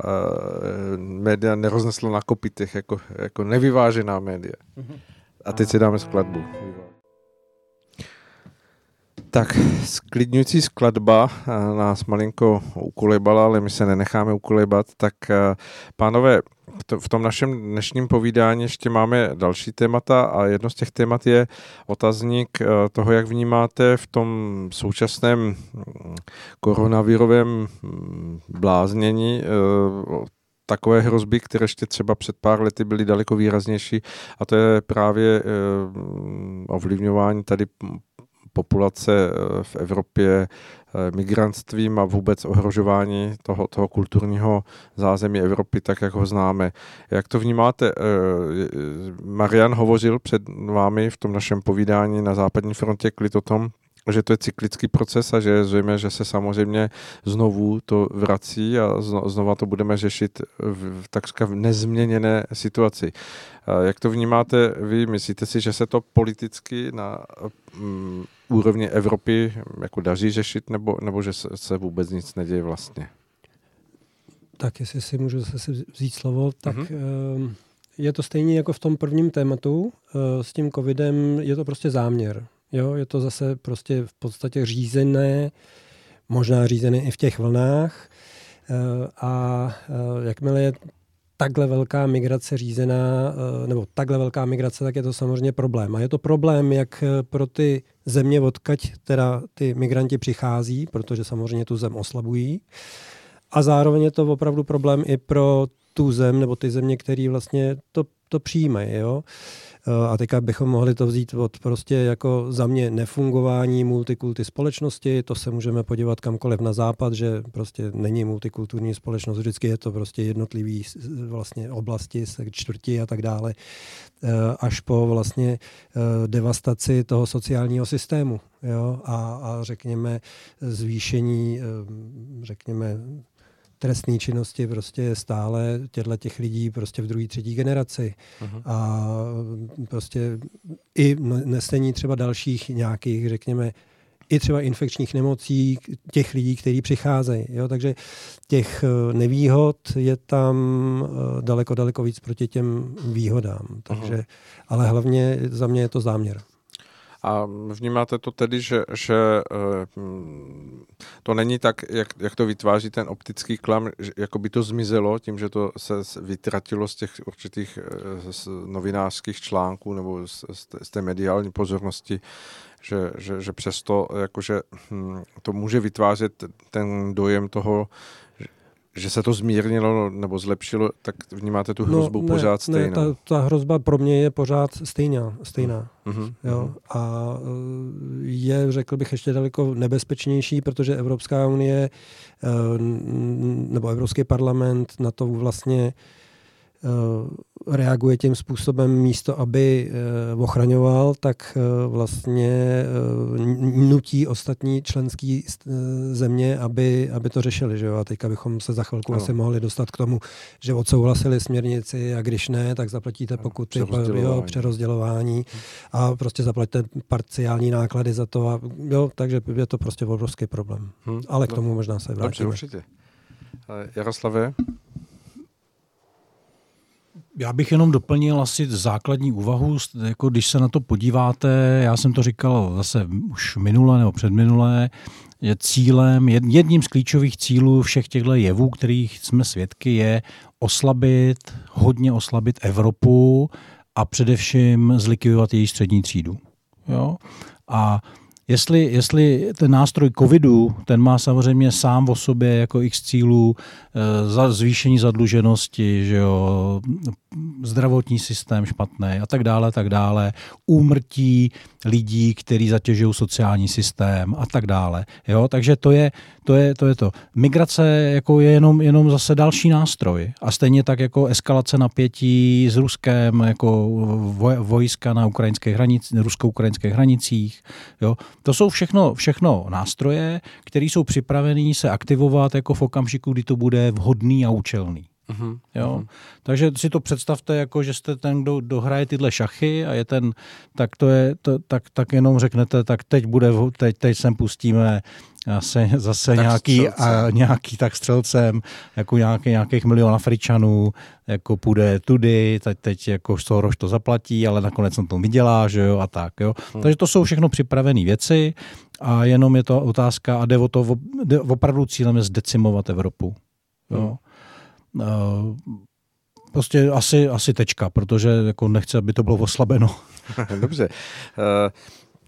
média neroznesla na kopitech, jako, jako nevyvážená média. A teď si dáme skladbu. Tak, sklidňující skladba nás malinko ukolebala, ale my se nenecháme ukolebat. Tak, pánové, v tom našem dnešním povídání ještě máme další témata a jedno z těch témat je otazník toho, jak vnímáte v tom současném koronavirovém bláznění takové hrozby, které ještě třeba před pár lety byly daleko výraznější, a to je právě ovlivňování tady populace v Evropě migrantstvím a vůbec ohrožování toho, toho kulturního zázemí Evropy, tak jak ho známe. Jak to vnímáte? Marian hovořil před vámi v tom našem povídání na Západní frontě klid o tom, že to je cyklický proces a že je zřejmě, že se samozřejmě znovu to vrací a znova to budeme řešit v, v takřka v nezměněné situaci. Jak to vnímáte vy? Myslíte si, že se to politicky na um, úrovni Evropy jako daří řešit, nebo, nebo že se, se vůbec nic neděje vlastně? Tak jestli si můžu zase vzít slovo, tak mm-hmm. je to stejně jako v tom prvním tématu. S tím covidem je to prostě záměr. Jo, je to zase prostě v podstatě řízené, možná řízené i v těch vlnách. A jakmile je takhle velká migrace řízená, nebo takhle velká migrace, tak je to samozřejmě problém. A je to problém jak pro ty země, odkud teda ty migranti přichází, protože samozřejmě tu zem oslabují. A zároveň je to opravdu problém i pro tu zem, nebo ty země, které vlastně to, to přijímají, jo. A teďka bychom mohli to vzít od prostě jako za mě nefungování multikulty společnosti, to se můžeme podívat kamkoliv na západ, že prostě není multikulturní společnost, vždycky je to prostě jednotlivý vlastně oblasti, čtvrti a tak dále, až po vlastně devastaci toho sociálního systému, jo, a, a řekněme zvýšení, řekněme, trestné činnosti prostě je stále těchto těch lidí prostě v druhé, třetí generaci. Uh-huh. A prostě i nesení třeba dalších nějakých, řekněme, i třeba infekčních nemocí těch lidí, kteří přicházejí. Jo? Takže těch nevýhod je tam daleko, daleko víc proti těm výhodám. Takže, uh-huh. Ale hlavně za mě je to záměr. A vnímáte to tedy, že, že to není tak, jak, jak to vytváří ten optický klam, že jako by to zmizelo tím, že to se vytratilo z těch určitých z novinářských článků nebo z, z té mediální pozornosti, že, že, že přesto jakože, hm, to může vytvářet ten dojem toho, že se to zmírnilo nebo zlepšilo, tak vnímáte tu hrozbu no, ne, pořád stejnou? Ne, ta, ta hrozba pro mě je pořád stejná. stejná mm-hmm. jo? A je, řekl bych, ještě daleko nebezpečnější, protože Evropská unie nebo Evropský parlament na to vlastně reaguje tím způsobem místo, aby ochraňoval, tak vlastně nutí ostatní členské země, aby, aby to řešili. Že jo? A teďka bychom se za chvilku no. asi mohli dostat k tomu, že odsouhlasili směrnici a když ne, tak zaplatíte pokuty, přerozdělování, jo, přerozdělování a prostě zaplatíte parciální náklady za to. A, jo, takže je to prostě obrovský problém. Hmm. Ale k tomu možná se vrátíme. Dobře, určitě. Jaroslavě? Já bych jenom doplnil asi základní úvahu, jako když se na to podíváte, já jsem to říkal zase už minule nebo předminulé, je cílem, jedním z klíčových cílů všech těchto jevů, kterých jsme svědky, je oslabit, hodně oslabit Evropu a především zlikvidovat její střední třídu. Jo? A Jestli, jestli ten nástroj covidu, ten má samozřejmě sám o sobě jako x cílů, za zvýšení zadluženosti, že jo, zdravotní systém špatný a tak dále, tak dále, úmrtí lidí, kteří zatěžují sociální systém a tak dále. Jo, takže to je to. Je, to, je to. Migrace jako je jenom, jenom zase další nástroj. A stejně tak jako eskalace napětí s Ruskem, jako vojska na ukrajinských hranicích, rusko-ukrajinských hranicích. Jo. To jsou všechno, všechno nástroje, které jsou připravené se aktivovat jako v okamžiku, kdy to bude vhodný a účelný. Uhum, jo? Uhum. Takže si to představte, jako, že jste ten, kdo dohraje tyhle šachy a je ten, tak to je, to, tak, tak jenom řeknete, tak teď bude, teď, teď sem pustíme zase, zase nějaký, a, nějaký tak střelcem, jako nějaký, nějakých milion Afričanů, jako půjde tudy, teď, teď jako Soros to zaplatí, ale nakonec on to vydělá, že jo, a tak, jo. Hmm. Takže to jsou všechno připravené věci a jenom je to otázka a jde o to, jde, opravdu cílem je zdecimovat Evropu, jo. Hmm. Uh, prostě asi, asi tečka, protože jako nechci, aby to bylo oslabeno. Dobře. Uh,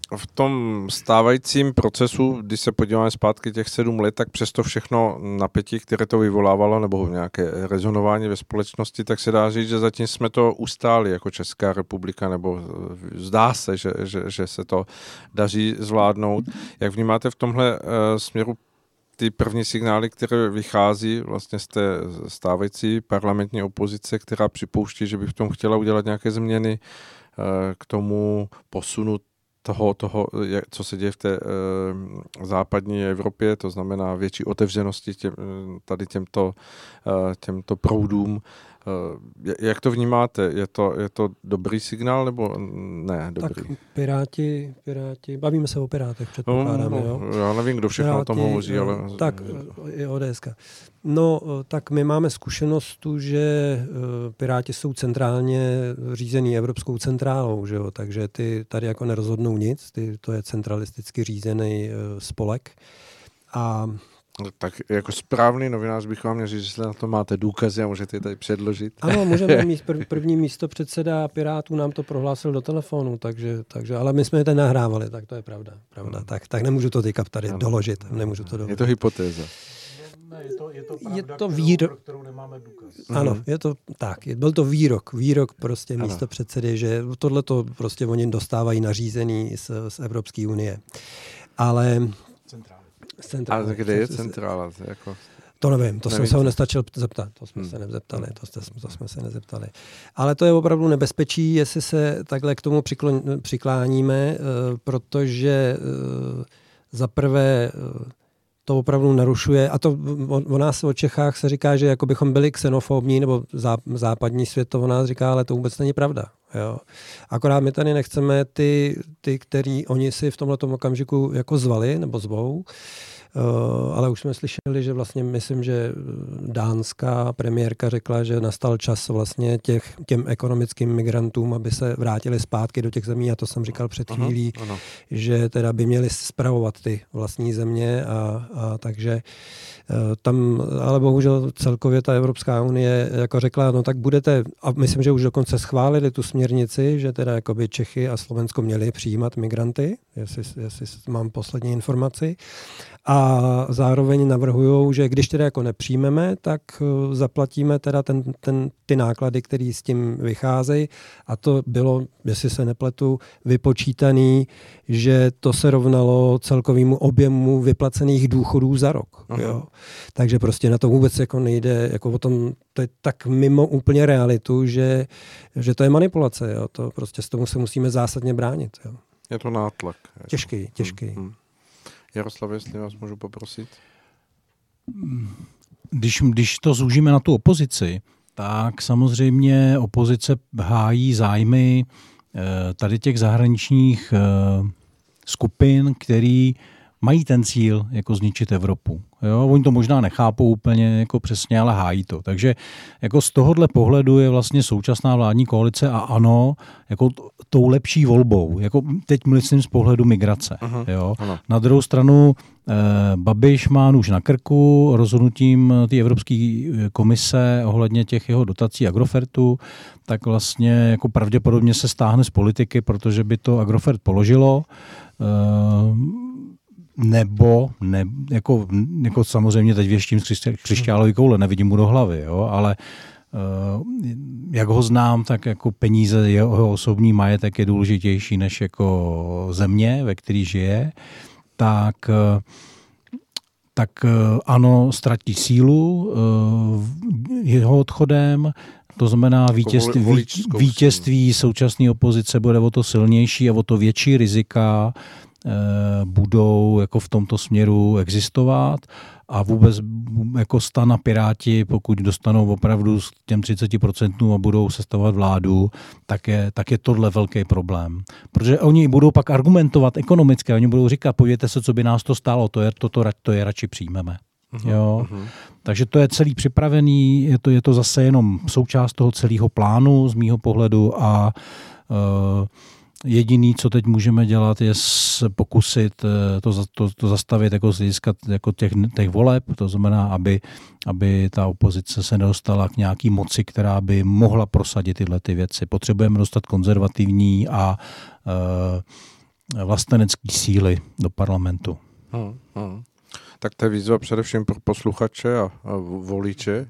v tom stávajícím procesu, když se podíváme zpátky těch sedm let, tak přesto všechno napětí, které to vyvolávalo, nebo nějaké rezonování ve společnosti, tak se dá říct, že zatím jsme to ustáli jako Česká republika, nebo zdá se, že, že, že se to daří zvládnout. Jak vnímáte v tomhle uh, směru ty první signály, které vychází vlastně z té stávající parlamentní opozice, která připouští, že by v tom chtěla udělat nějaké změny uh, k tomu posunu toho, toho, co se děje v té uh, západní Evropě, to znamená větší otevřenosti těm, tady těmto, uh, těmto proudům. Uh, jak to vnímáte? Je to, je to dobrý signál, nebo ne dobrý? Tak Piráti, Piráti, bavíme se o Pirátech, předpokládám, no, no, jo? Já nevím, kdo všechno Piráti, o tom hovoří, ale... Tak, je O D S ka. No, tak my máme zkušenost tu, že Piráti jsou centrálně řízený Evropskou centrálou, že jo? Takže ty tady jako nerozhodnou nic, ty, to je centralisticky řízený spolek. A tak jako správný novinář bych vám měl říct, že na to máte důkazy a můžete je tady předložit. Ano, můžeme mít prv, první místo předseda Pirátů nám to prohlásil do telefonu, takže, takže ale my jsme je tady nahrávali, tak to je pravda. pravda. Hmm. Tak, tak nemůžu to teďka tady ano. doložit. Nemůžu to doložit. Je to hypotéza. Ne, je to, je to pravda, je to kterou, výrok, pro kterou nemáme důkaz. Ano, je to tak. Byl to výrok. Výrok prostě ano. místo předsedy, že tohle to prostě oni dostávají nařízený z, z Evropské unie. Ale... Centrálně. A kde je centrála? Jako... To nevím, to nevím. jsem se ho nestačil zeptat, to jsme hmm. se nezeptali, to, jste, to jsme se nezeptali. Ale to je opravdu nebezpečí, jestli se takhle k tomu přiklon, přikláníme, uh, protože uh, za prvé uh, to opravdu narušuje, a to o, o nás o Čechách se říká, že jako bychom byli xenofobní, nebo zá, západní svět to o nás říká, ale to vůbec není pravda. Jo. Akorát my tady nechceme ty, ty, který oni si v tomhletom okamžiku jako zvali, nebo zvou, Uh, ale už jsme slyšeli, že vlastně myslím, že dánská premiérka řekla, že nastal čas vlastně těch, těm ekonomickým migrantům, aby se vrátili zpátky do těch zemí, a to jsem říkal před chvílí, ano, ano. že teda by měli spravovat ty vlastní země a, a takže uh, tam, ale bohužel celkově ta Evropská unie jako řekla, no tak budete, a myslím, že už dokonce schválili tu směrnici, že teda jakoby Čechy a Slovensko měli přijímat migranty, jestli, jestli mám poslední informaci. A zároveň navrhujou, že když teda jako nepřijmeme, tak zaplatíme teda ten, ten, ty náklady, které s tím vycházejí. A to bylo, jestli se nepletu, vypočítaný, že to se rovnalo celkovému objemu vyplacených důchodů za rok. Jo. Takže prostě na to vůbec jako nejde, jako o tom, to je tak mimo úplně realitu, že, že to je manipulace. Jo. To prostě s tomu se musíme zásadně bránit. Jo. Je to nátlak. Těžký, těžký. Hmm, hmm. Jaroslav, jestli vás můžu poprosit? Když, když to zúžíme na tu opozici, tak samozřejmě opozice hájí zájmy tady těch zahraničních skupin, který mají ten cíl jako zničit Evropu. Jo? Oni to možná nechápou úplně jako přesně, ale hájí to. Takže jako z tohohle pohledu je vlastně současná vládní koalice a ANO jako tou lepší volbou. Jako teď myslím z pohledu migrace. Uh-huh. Jo? Uh-huh. Na druhou stranu eh, Babiš má nůž na krku rozhodnutím té Evropské komise ohledně těch jeho dotací Agrofertu, tak vlastně jako pravděpodobně se stáhne z politiky, protože by to Agrofert položilo. Eh, Nebo, ne, jako, jako samozřejmě teď věštím z křišťálový koule, nevidím mu do hlavy, jo, ale uh, jak ho znám, tak jako peníze, jeho osobní majetek je důležitější než jako země, ve který žije, tak, uh, tak uh, ano, ztratí sílu uh, jeho odchodem, to znamená vítězství, vítězství současné opozice bude o to silnější a o to větší rizika budou jako v tomto směru existovat a vůbec jako STAN a Piráti, pokud dostanou opravdu s těm třicet procent a budou sestavovat vládu, tak je, tak je tohle velký problém. Protože oni budou pak argumentovat ekonomicky, oni budou říkat, podívejte se, co by nás to stálo, to je, to, to, to je radši přijmeme. Uhum, jo? Uhum. Takže to je celý připravený, je to, je to zase jenom součást toho celého plánu z mýho pohledu a uh, jediný, co teď můžeme dělat, je pokusit to, to, to zastavit jako z hlediska jako těch, těch voleb, to znamená, aby, aby ta opozice se nedostala k nějaký moci, která by mohla prosadit tyhle ty věci. Potřebujeme dostat konzervativní a uh, vlastenecké síly do parlamentu. Hmm, hmm. Tak to je výzva především pro posluchače a, a voliče.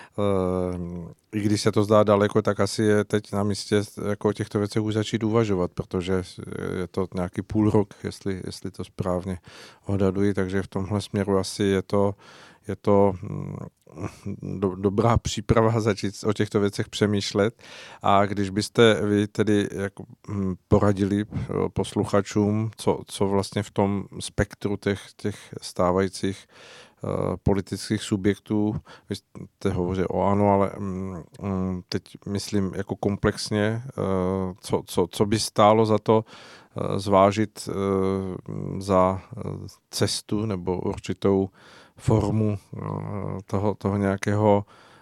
I když se to zdá daleko, tak asi je teď na místě jako o těchto věcech už začít uvažovat, protože je to nějaký půl rok, jestli, jestli to správně odhaduji, takže v tomhle směru asi je to, je to do, dobrá příprava začít o těchto věcech přemýšlet. A když byste vy tedy jako poradili posluchačům, co, co vlastně v tom spektru těch, těch stávajících politických subjektů, vy jste hovořili o ANO, ale mm, teď myslím jako komplexně, co, co, co by stálo za to zvážit za cestu nebo určitou formu toho, toho nějakého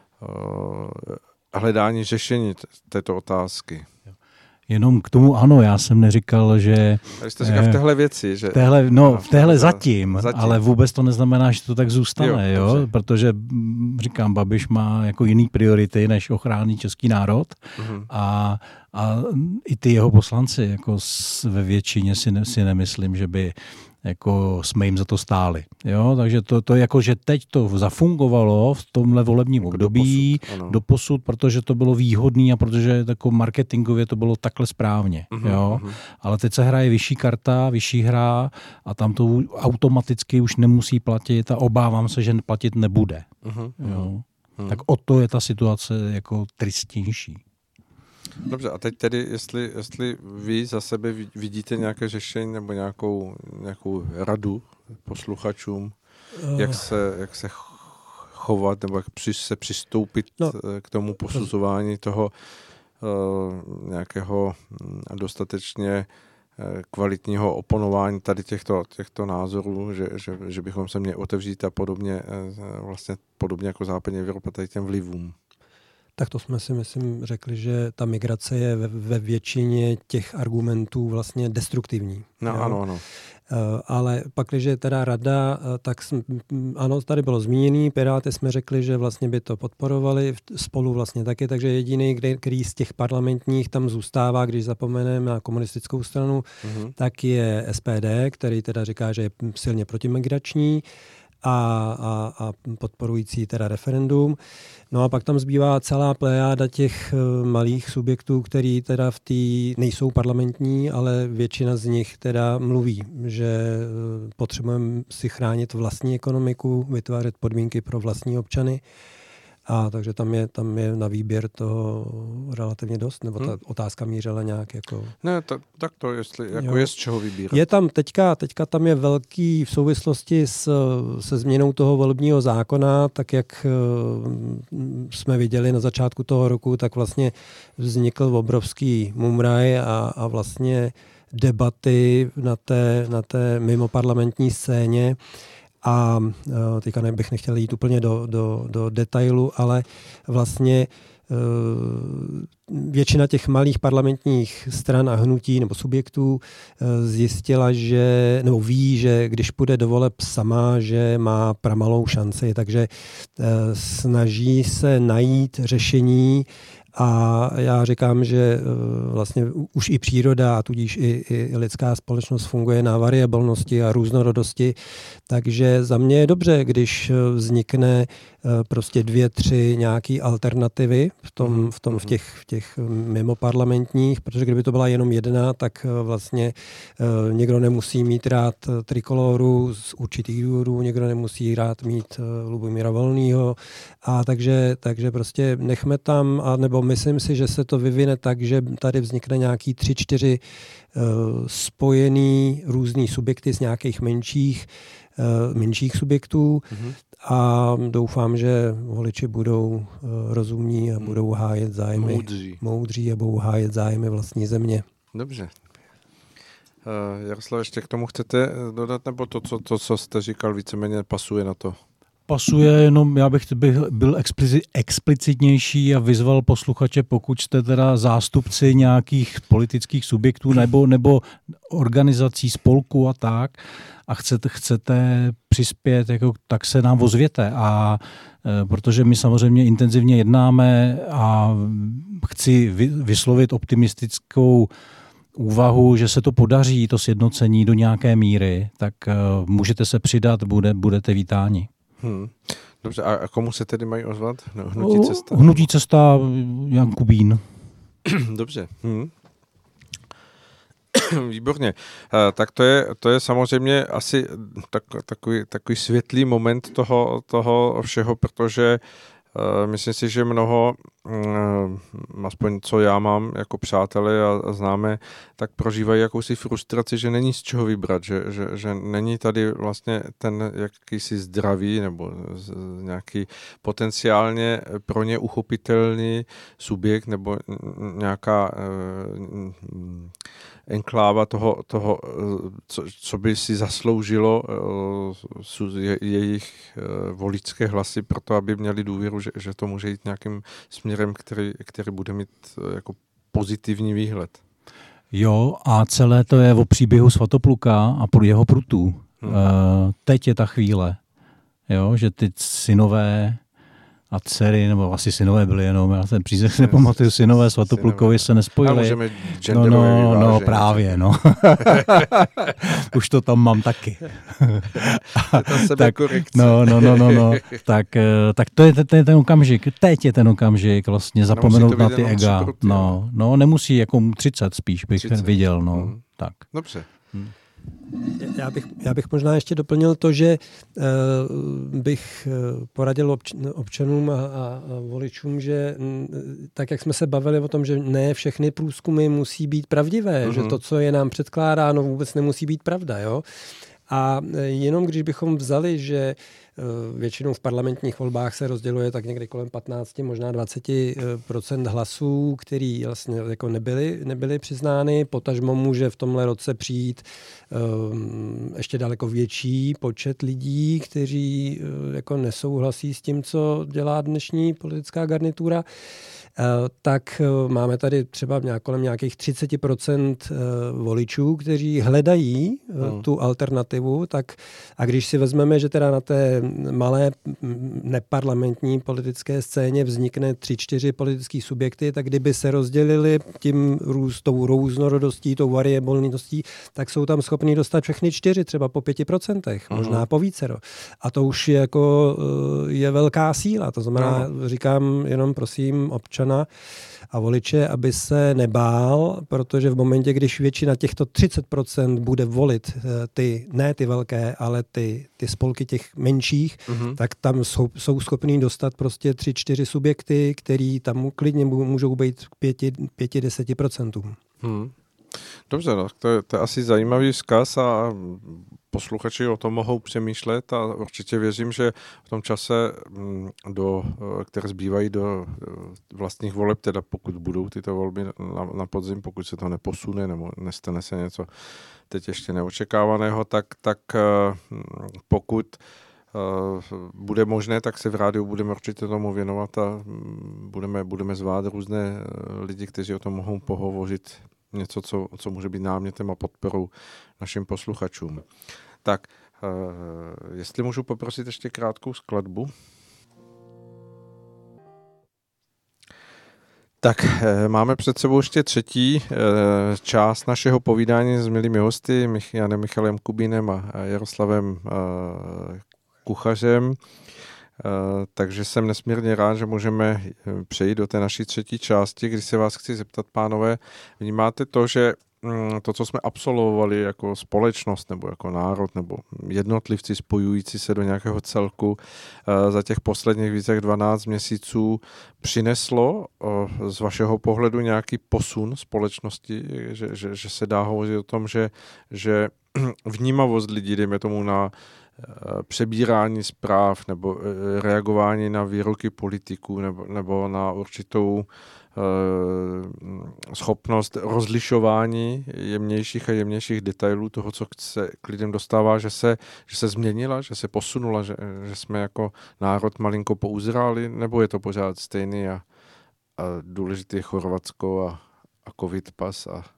hledání řešení této otázky. Jenom k tomu ano, já jsem neříkal, že... Vy jste říkal v téhle věci, že... V téhle, no, v téhle zatím, zatím, ale vůbec to neznamená, že to tak zůstane, jo, jo? Protože, říkám, Babiš má jako jiný priority, než ochránit český národ uh-huh. a, a i ty jeho poslanci, jako ve většině si, ne, si nemyslím, že by jako jsme jim za to stáli. Jo? Takže to, to jako, že teď to zafungovalo v tomhle volebním jako období doposud, doposud, protože to bylo výhodný a protože jako marketingově to bylo takhle správně. Uh-huh, jo? Uh-huh. Ale teď se hraje vyšší karta, vyšší hra a tam to automaticky už nemusí platit a obávám se, že platit nebude. Uh-huh, jo? Uh-huh. Tak o to je ta situace jako tristnější. Dobře, a teď tedy, jestli, jestli vy za sebe vidíte nějaké řešení nebo nějakou, nějakou radu posluchačům, uh. jak, se, jak se chovat nebo jak při, se přistoupit no. k tomu posuzování toho uh, nějakého dostatečně kvalitního oponování tady těchto, těchto názorů, že, že, že bychom se měli otevřít a podobně, vlastně podobně jako západní Evropa tady těm vlivům. Tak to jsme si, myslím, řekli, že ta migrace je ve, ve většině těch argumentů vlastně destruktivní. No, jo? ano, ano. Uh, ale pak, když je teda rada, tak jsme, ano, tady bylo zmíněný, Piráty jsme řekli, že vlastně by to podporovali, spolu vlastně taky, takže jediný, který z těch parlamentních tam zůstává, když zapomeneme na komunistickou stranu, uh-huh. tak je S P D, který teda říká, že je silně protimigrační, A, a, a podporující teda referendum. No a pak tam zbývá celá plejáda těch malých subjektů, který teda v té nejsou parlamentní, ale většina z nich teda mluví, že potřebujeme si chránit vlastní ekonomiku, vytvářet podmínky pro vlastní občany. A takže tam je, tam je na výběr toho relativně dost, nebo ta hmm. otázka mířila nějak jako... Ne, tak, tak to jestli, jako je z čeho vybírat. Je tam teďka, teďka tam je velký v souvislosti s, se změnou toho volebního zákona, tak jak uh, jsme viděli na začátku toho roku, tak vlastně vznikl obrovský mumraj a, a vlastně debaty na té, na té mimoparlamentní scéně. A teďka bych nechtěl jít úplně do, do, do detailu, ale vlastně většina těch malých parlamentních stran a hnutí nebo subjektů zjistila, že, nebo ví, že když půjde do voleb sama, že má pramalou šanci, takže snaží se najít řešení. A já říkám, že vlastně už i příroda a tudíž i, i lidská společnost funguje na variabilnosti a různorodosti, takže za mě je dobře, když vznikne prostě dvě, tři nějaké alternativy v tom, v tom v těch, v těch mimoparlamentních, protože kdyby to byla jenom jedna, tak vlastně někdo nemusí mít rád Trikoloru z určitých důvodů, někdo nemusí rád mít Lubomíra Volnýho, a takže, takže prostě nechme tam, a nebo myslím si, že se to vyvine tak, že tady vznikne nějaký tři, čtyři uh, spojený různý subjekty z nějakých menších, uh, menších subjektů mm-hmm. a doufám, že voliči budou uh, rozumní a budou hájet zájmy moudří. moudří a budou hájet zájmy vlastní země. Dobře. Uh, Jaroslav, ještě k tomu chcete dodat, nebo to, co, to, co jste říkal, víceméně pasuje na to? Pasuje, jenom já bych byl explicitnější a vyzval posluchače, pokud jste teda zástupci nějakých politických subjektů nebo, nebo organizací, spolků a tak a chcete, chcete přispět, jako, tak se nám ozvěte. A e, protože my samozřejmě intenzivně jednáme a chci vy, vyslovit optimistickou úvahu, že se to podaří, to sjednocení do nějaké míry, tak uh, můžete se přidat, bude, budete vítáni. Hmm. Dobře, a komu se tedy mají ozvat? No, hnutí cesta? Hnutí cesta Jan Kubín. Dobře. Hmm. Výborně. Uh, tak to je, to je samozřejmě asi tak, takový, takový světlý moment toho, toho všeho, protože uh, myslím si, že mnoho, uh, aspoň co já mám jako přátelé a, a známe, tak prožívají jakousi frustraci, že není z čeho vybrat, že, že, že není tady vlastně ten jakýsi zdravý nebo z, nějaký potenciálně pro ně uchopitelný subjekt nebo nějaká uh, enkláva toho, toho co, co by si zasloužilo uh, je, jejich uh, voličské hlasy pro to, aby měli důvěru, že, že to může jít nějakým směrem, který, který bude mít uh, jako pozitivní výhled. Jo, a celé to je o příběhu Svatopluka a pro jeho prutů. Hmm. Uh, teď je ta chvíle, jo, že ty synové a dcery, nebo asi synové byly jenom, já ten přízek nepamatuju, synové Svatoplukovi se nespojili. No, no, no, právě, no. Už to tam mám taky. tak, no, no, no, no, no. Tak, tak to je, to je ten okamžik, teď je ten okamžik vlastně zapomenout na ty ega. Pruty, no, no, nemusí jako třicet spíš bych třicet viděl, no, hmm. tak. Dobře. Hmm. Já bych, já bych možná ještě doplnil to, že uh, bych poradil obč, občanům a, a voličům, že m, tak, jak jsme se bavili o tom, že ne všechny průzkumy musí být pravdivé, uh-huh. že to, co je nám předkládáno, vůbec nemusí být pravda. Jo? A jenom když bychom vzali, že většinou v parlamentních volbách se rozděluje tak někdy kolem patnáct, možná dvacet procent hlasů, který vlastně jako nebyly, nebyly přiznány. Potažmo může v tomhle roce přijít um, ještě daleko větší počet lidí, kteří uh, jako nesouhlasí s tím, co dělá dnešní politická garnitura. Uh, tak uh, máme tady třeba nějak, kolem nějakých třicet procent uh, voličů, kteří hledají uh, hmm. tu alternativu. Tak, a když si vezmeme, že teda na té malé neparlamentní politické scéně vznikne tři, čtyři politické subjekty, tak kdyby se rozdělili tím růst, tou různorodostí, tou variabilností, tak jsou tam schopní dostat všechny čtyři, třeba po pěti procentech, uh-huh. možná po vícero. A to už je, jako, je velká síla. To znamená, no. říkám jenom prosím občana a voliče, aby se nebál, protože v momentě, když většina těchto třicet procent bude volit ty, ne ty velké, ale ty, ty spolky těch menších, mm-hmm. tak tam jsou, jsou schopní dostat prostě tři, čtyři subjekty, který tam klidně můžou být k pěti, pěti, deseti procentům. Hmm. Dobře, no, to, je, to je asi zajímavý vzkaz a posluchači o tom mohou přemýšlet a určitě věřím, že v tom čase, do, které zbývají do vlastních voleb, teda pokud budou tyto volby na, na podzim, pokud se to neposune nebo nestane se něco teď ještě neočekávaného, tak, tak pokud bude možné, tak se v rádiu budeme určitě tomu věnovat a budeme, budeme zvát různé lidi, kteří o tom mohou pohovořit něco, co, co může být námětem a podporou našim posluchačům. Tak, uh, jestli můžu poprosit ještě krátkou skladbu. Tak, uh, máme před sebou ještě třetí uh, část našeho povídání s milými hosty, Mich- Janem Michalem Kubínem a, a Jaroslavem uh, Kuchařem. Uh, takže jsem nesmírně rád, že můžeme přejít do té naší třetí části, kdy se vás chci zeptat, pánové, vnímáte to, že um, to, co jsme absolvovali jako společnost nebo jako národ nebo jednotlivci spojující se do nějakého celku uh, za těch posledních více jak dvanáct měsíců přineslo uh, z vašeho pohledu nějaký posun společnosti, že, že, že se dá hovořit o tom, že, že vnímavost lidí, dejme tomu na přebírání zpráv nebo reagování na výroky politiků nebo, nebo na určitou uh, schopnost rozlišování jemnějších a jemnějších detailů toho, co se k lidem dostává, že se, že se změnila, že se posunula, že, že jsme jako národ malinko pouzráli, nebo je to pořád stejný a, a důležitý je Chorvatsko a, a covid pas a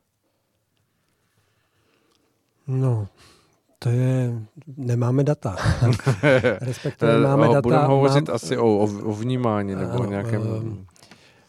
no, to je, nemáme data. Respektive máme data. Budeme hovořit mám, asi o, o vnímání nebo o nějakém...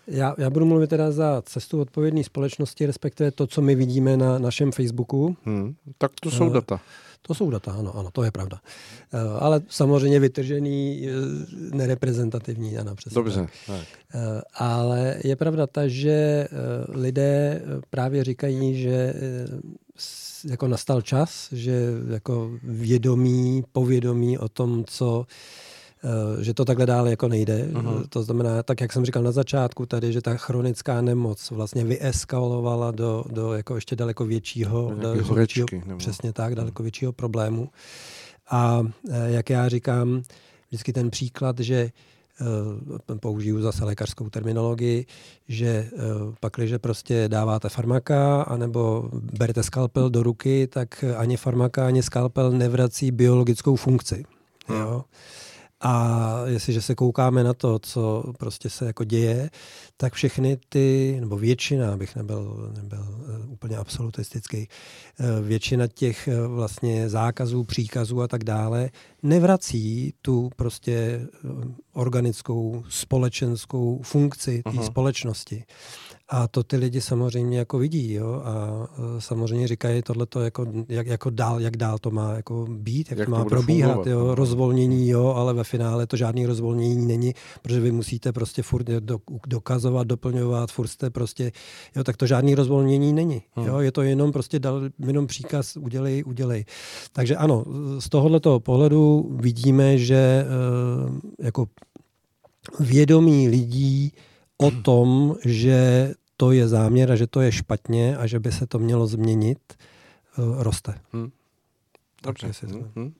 Já, já budu mluvit teda za cestu odpovědné společnosti, respektive to, co my vidíme na našem Facebooku. Hmm, tak to jsou uh, data. To jsou data, ano, ano, to je pravda. Uh, ale samozřejmě vytržený, uh, nereprezentativní, ano, přesně. Dobře. Tak. Tak. Uh, ale je pravda ta, že uh, lidé právě říkají, že uh, jako nastal čas, že jako vědomí, povědomí o tom, co že to takhle dále jako nejde. Uh-huh. To znamená, tak jak jsem říkal na začátku tady, že ta chronická nemoc vlastně vyeskalovala do, do jako ještě daleko většího, daleko většího přesně tak, daleko většího problému. A jak já říkám, vždycky ten příklad, že použiju zase lékařskou terminologii, že pakliže prostě dáváte farmaka anebo berete skalpel do ruky, tak ani farmaka, ani skalpel nevrací biologickou funkci. Uh-huh. Jo? A jestliže se koukáme na to, co prostě se jako děje, tak všechny ty, nebo většina, abych nebyl, nebyl úplně absolutistický, většina těch vlastně zákazů, příkazů a tak dále nevrací tu prostě organickou, společenskou funkci té společnosti. A to ty lidi samozřejmě jako vidí, jo, a samozřejmě říkají tohleto jako, jak, jako dál, jak dál to má jako být, jak, jak to má to probíhat, fungovat, jo, rozvolnění, jo, ale ve finále to žádný rozvolnění není, protože vy musíte prostě furt dokazovat, doplňovat, furt jste prostě, jo, tak to žádný rozvolnění není, hmm. jo, je to jenom prostě dal, jenom příkaz udělej, udělej. Takže ano, z tohoto pohledu vidíme, že e, jako vědomí lidí o tom, že to je záměr a že to je špatně a že by se to mělo změnit, uh, roste. Hmm. Dobře. Hmm.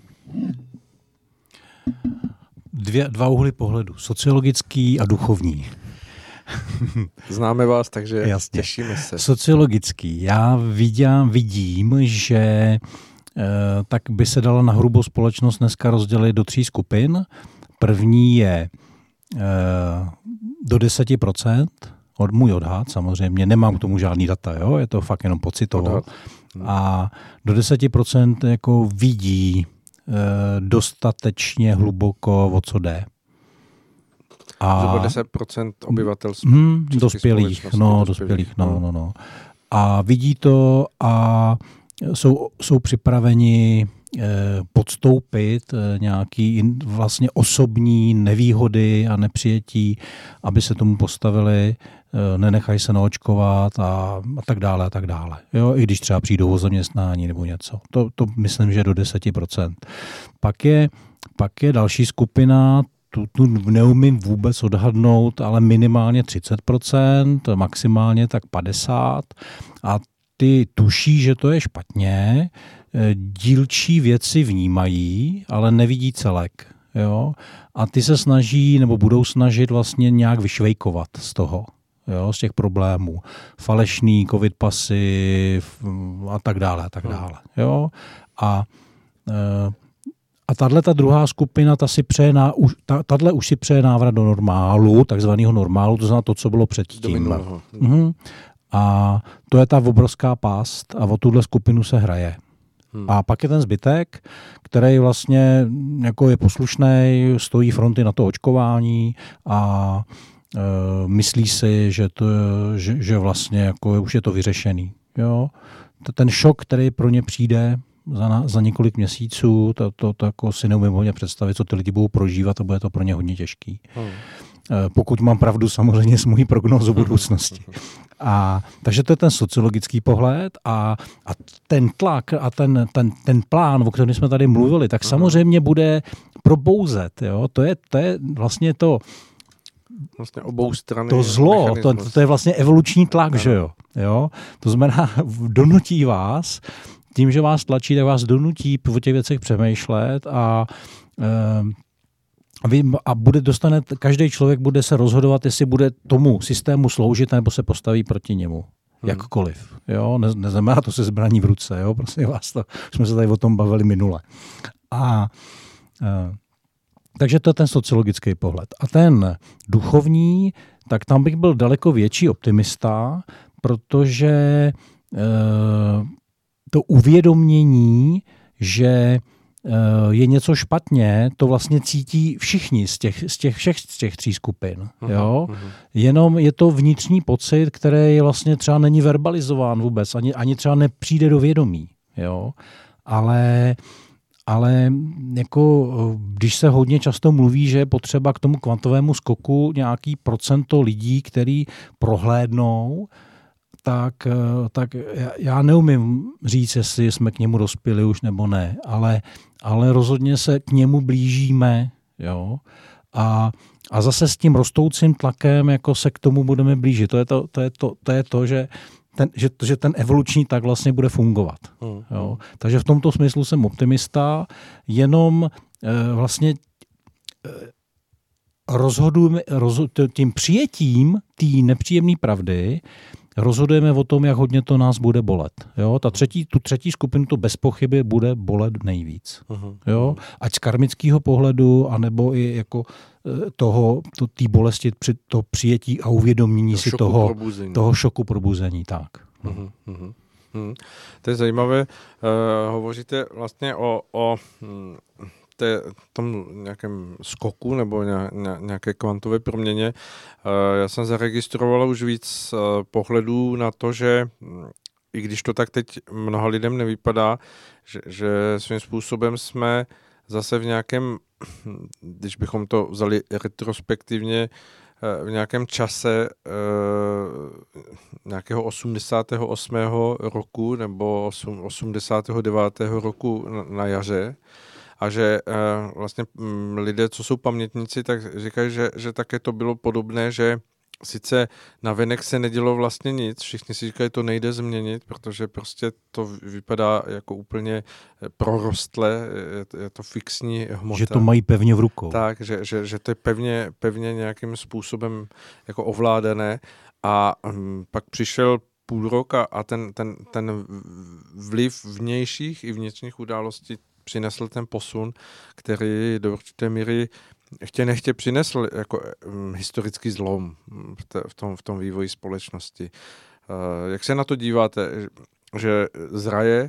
Dvě, dva úhly pohledu. Sociologický a duchovní. Známe vás, takže jasně. Těšíme se. Sociologický. Já vidím, vidím že eh, tak by se dala na hrubo společnost dneska rozdělit do tří skupin. První je eh, do deset procent, od můj odhad, samozřejmě, nemám k tomu žádný data, jo? Je to fakt jenom pocitovo. A do deset procent jako vidí e, dostatečně hluboko, o co jde. A zhruba deset procent obyvatelstva. Hmm, dospělých, no, dospělých, no, no, no. A vidí to a jsou, jsou připraveni podstoupit nějaký vlastně osobní nevýhody a nepřijetí, aby se tomu postavili, nenechají se naočkovat a, a tak dále a tak dále. Jo, i když třeba přijdou o zaměstnání nebo něco. To, to myslím, že do deset procent. Pak je, pak je další skupina, tu, tu neumím vůbec odhadnout, ale minimálně třicet procent, maximálně tak padesát procent a ty tuší, že to je špatně, dílčí věci vnímají, ale nevidí celek. Jo? A ty se snaží, nebo budou snažit vlastně nějak vyšvejkovat z toho, jo? Z těch problémů. Falešný covid pasy a tak dále, a tak dále. Jo? A, a tahle ta druhá skupina, ta si přeje na, už, ta, tahle už si přeje návrat do normálu, takzvaného normálu, to znamená to, co bylo předtím. Mhm. A to je ta obrovská past a o tuhle skupinu se hraje. Hmm. A pak je ten zbytek, který vlastně jako je poslušný, stojí fronty na to očkování a e, myslí si, že, to, že, že vlastně jako už je to vyřešený. Jo? Ten šok, který pro ně přijde za, za několik měsíců, to, to, to jako si neumím hodně představit, co ty lidi budou prožívat a bude to pro ně hodně těžký. Hmm. E, pokud mám pravdu samozřejmě s mojí prognózou budoucnosti. A, takže to je ten sociologický pohled a, a ten tlak a ten, ten, ten plán, o kterém jsme tady mluvili, tak samozřejmě bude probouzet. Jo? To, je, to je vlastně to, vlastně obou strany to zlo, to, to je vlastně evoluční tlak, ano. Že jo? Jo? To znamená, donutí vás, tím, že vás tlačí, tak vás donutí o těch věcech přemýšlet a e, a bude dostane, každý člověk bude se rozhodovat, jestli bude tomu systému sloužit, nebo se postaví proti němu. Hmm. Jakkoliv. Jo? Ne, neznamená to se zbraní v ruce. Jo? Prosím vás, to, jsme se tady o tom bavili minule. A, e, takže to je ten sociologický pohled. A ten duchovní, tak tam bych byl daleko větší optimista, protože e, to uvědomění, že je něco špatně, to vlastně cítí všichni z těch, z těch všech z těch tří skupin. Jo? Uh-huh. Jenom je to vnitřní pocit, který vlastně třeba není verbalizován vůbec, ani, ani třeba nepřijde do vědomí. Jo? Ale, ale jako, když se hodně často mluví, že je potřeba k tomu kvantovému skoku nějaký procento lidí, který prohlédnou, tak, tak já neumím říct, jestli jsme k němu dospěli už nebo ne, ale, ale rozhodně se k němu blížíme. Jo? A, a zase s tím rostoucím tlakem jako se k tomu budeme blížit. To je to, to, je to, to, je to že, ten, že, že ten evoluční tak vlastně bude fungovat. Jo? Takže v tomto smyslu jsem optimista, jenom eh, vlastně eh, rozhodujeme, rozhod, tím přijetím té nepříjemné pravdy rozhodujeme o tom, jak hodně to nás bude bolet. Jo? Ta třetí, tu třetí skupinu to bez pochyby bude bolet nejvíc. Uh-huh. Jo? Ať z karmického pohledu, anebo i jako toho, to, té bolesti, při to přijetí a uvědomění to si toho, toho šoku probuzení. Tak. Uh-huh. Uh-huh. Uh-huh. To je zajímavé. Uh, hovoříte vlastně o, o hm, té, tom nějakém skoku nebo nějaké kvantové proměně. Já jsem zaregistroval už víc pohledů na to, že i když to tak teď mnoha lidem nevypadá, že, že svým způsobem jsme zase v nějakém, když bychom to vzali retrospektivně, v nějakém čase nějakého osmdesátého osmého roku nebo osmdesátého devátého roku na jaře, a že uh, vlastně m, lidé, co jsou pamětníci, tak říkají, že, že také to bylo podobné, že sice navenek se nedělo vlastně nic, všichni si říkají, to nejde změnit, protože prostě to vypadá jako úplně prorostlé, je, je to fixní hmota. Že to mají pevně v rukou. Tak, že, že, že to je pevně, pevně nějakým způsobem jako ovládané a um, pak přišel půl rok a, a ten, ten, ten vliv vnějších i vnitřních událostí přinesl ten posun, který do určité míry chtě nechtě přinesl jako um, historický zlom v, te, v, tom, v tom vývoji společnosti. Uh, jak se na to díváte, že zraje,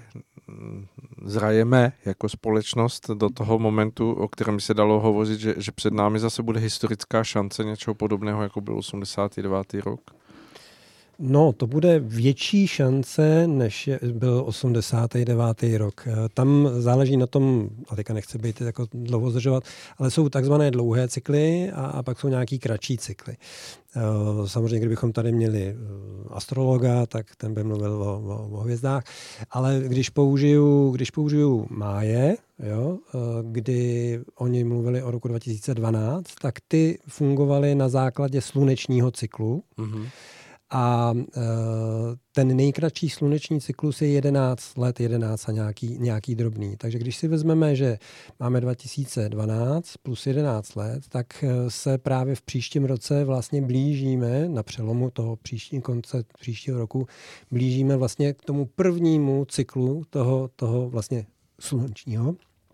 zrajeme jako společnost do toho momentu, o kterém se dalo hovořit, že, že před námi zase bude historická šance něčeho podobného, jako byl osmdesátý devátý rok? No, to bude větší šance, než je, byl osmdesátý devátý rok. Tam záleží na tom, a teďka nechci být jako dlouho zdržovat, ale jsou takzvané dlouhé cykly a, a pak jsou nějaký kratší cykly. Samozřejmě, kdybychom tady měli astrologa, tak ten by mluvil o, o, o hvězdách, ale když použiju, když použiju máje, jo, kdy oni mluvili o roku dva tisíce dvanáct, tak ty fungovaly na základě slunečního cyklu. Mm-hmm. A e, ten nejkratší sluneční cyklus je jedenáct let, jedenáct a nějaký, nějaký drobný. Takže když si vezmeme, že máme dva tisíce dvanáct plus jedenáct let, tak se právě v příštím roce vlastně blížíme, na přelomu toho příští, konce příštího roku, blížíme vlastně k tomu prvnímu cyklu toho, toho vlastně slunečního.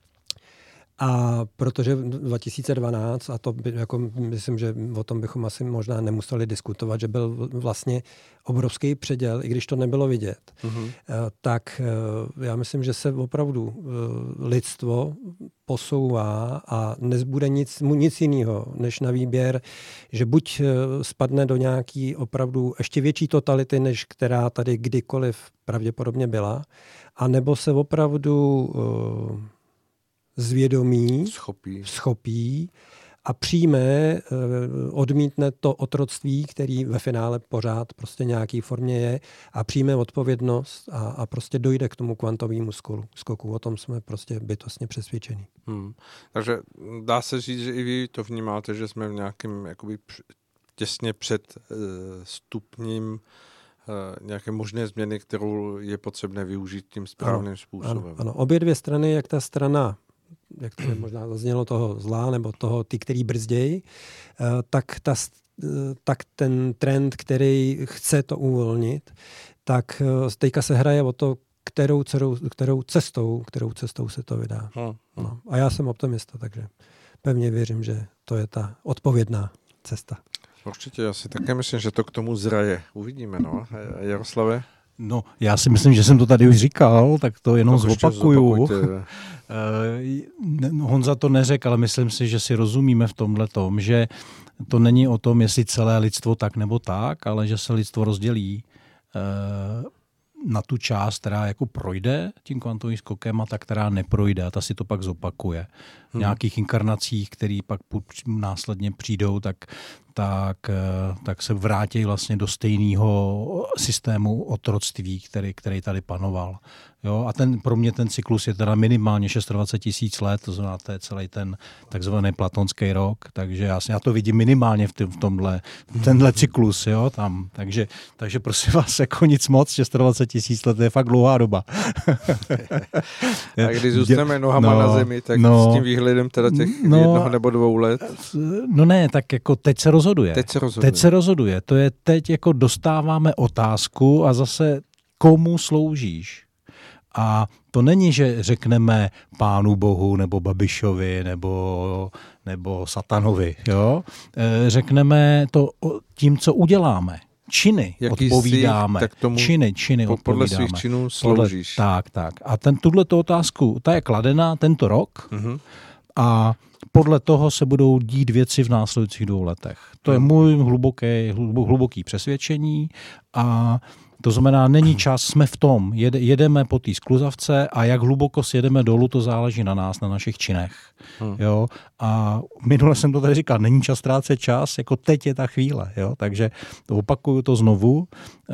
A protože dva tisíce dvanáct, a to by, jako myslím, že o tom bychom asi možná nemuseli diskutovat, že byl vlastně obrovský předěl, i když to nebylo vidět, mm-hmm. tak já myslím, že se opravdu lidstvo posouvá a nezbude nic, nic jiného, než na výběr, že buď spadne do nějaký opravdu ještě větší totality, než která tady kdykoliv pravděpodobně byla, anebo se opravdu zvědomí, schopí. schopí a přijme, odmítne to otroctví, který ve finále pořád prostě nějaký formě je, a přijme odpovědnost a, a prostě dojde k tomu kvantovému skoku. O tom jsme prostě bytostně přesvědčení. Hmm. Takže dá se říct, že i vy to vnímáte, že jsme v nějakém jakoby těsně před uh, stupním Uh, nějaké možné změny, kterou je potřebné využít tím správným ano, způsobem. Ano, ano, obě dvě strany, jak ta strana, jak to možná zaznělo, toho zla, nebo toho, ty, který brzdějí, uh, tak, ta, uh, tak ten trend, který chce to uvolnit, tak uh, teďka se hraje o to, kterou, kterou, kterou cestou, kterou cestou se to vydá. Hmm. No. A já jsem optimista, takže pevně věřím, že to je ta odpovědná cesta. Určitě, já si také myslím, že to k tomu zraje. Uvidíme, no. Jaroslave? No, já si myslím, že jsem to tady už říkal, tak to jenom to zopakuju. Honza to neřekl, ale myslím si, že si rozumíme v tomhle tom, že to není o tom, jestli celé lidstvo tak nebo tak, ale že se lidstvo rozdělí na tu část, která jako projde tím kvantovým skokem a ta, která neprojde a ta si to pak zopakuje. V nějakých inkarnacích, které pak následně přijdou, tak, tak, tak se vrátí vlastně do stejného systému otroctví, který, který tady panoval. Jo? A ten, pro mě ten cyklus je teda minimálně dvacet šest tisíc let, to znamená, to je celý ten takzvaný platonský rok, takže já, já to vidím minimálně v, tým, v tomhle, tenhle cyklus, jo, tam. Takže, takže prosím vás, jako nic moc, dvacet šest tisíc let je fakt dlouhá doba. A když zůstaneme nohama no, na zemi, tak no, s tím výhledem teda těch no, jednoho nebo dvou let? No ne, tak jako teď se rozhoduje. Teď se rozhoduje. Teď se rozhoduje. To je teď jako dostáváme otázku a zase komu sloužíš. A to není, že řekneme Pánu Bohu nebo Babišovi nebo, nebo Satanovi. Jo? E, řekneme to tím, co uděláme. Činy jaký odpovídáme. Jsi, tak tomu činy, činy po, odpovídáme. Podle svých činů sloužíš. Podle, tak, tak. A ten, tuto otázku, ta je kladená tento rok uh-huh. a podle toho se budou dít věci v následujících dvou letech. To je můj hluboký, hluboký přesvědčení a to znamená, není čas, jsme v tom, jede, jedeme po té skluzavce a jak hluboko sjedeme dolů, to záleží na nás, na našich činech. Hmm. Jo? A minule jsem to tady říkal, není čas ztrácet čas, jako teď je ta chvíle. Jo? Takže opakuju to znovu.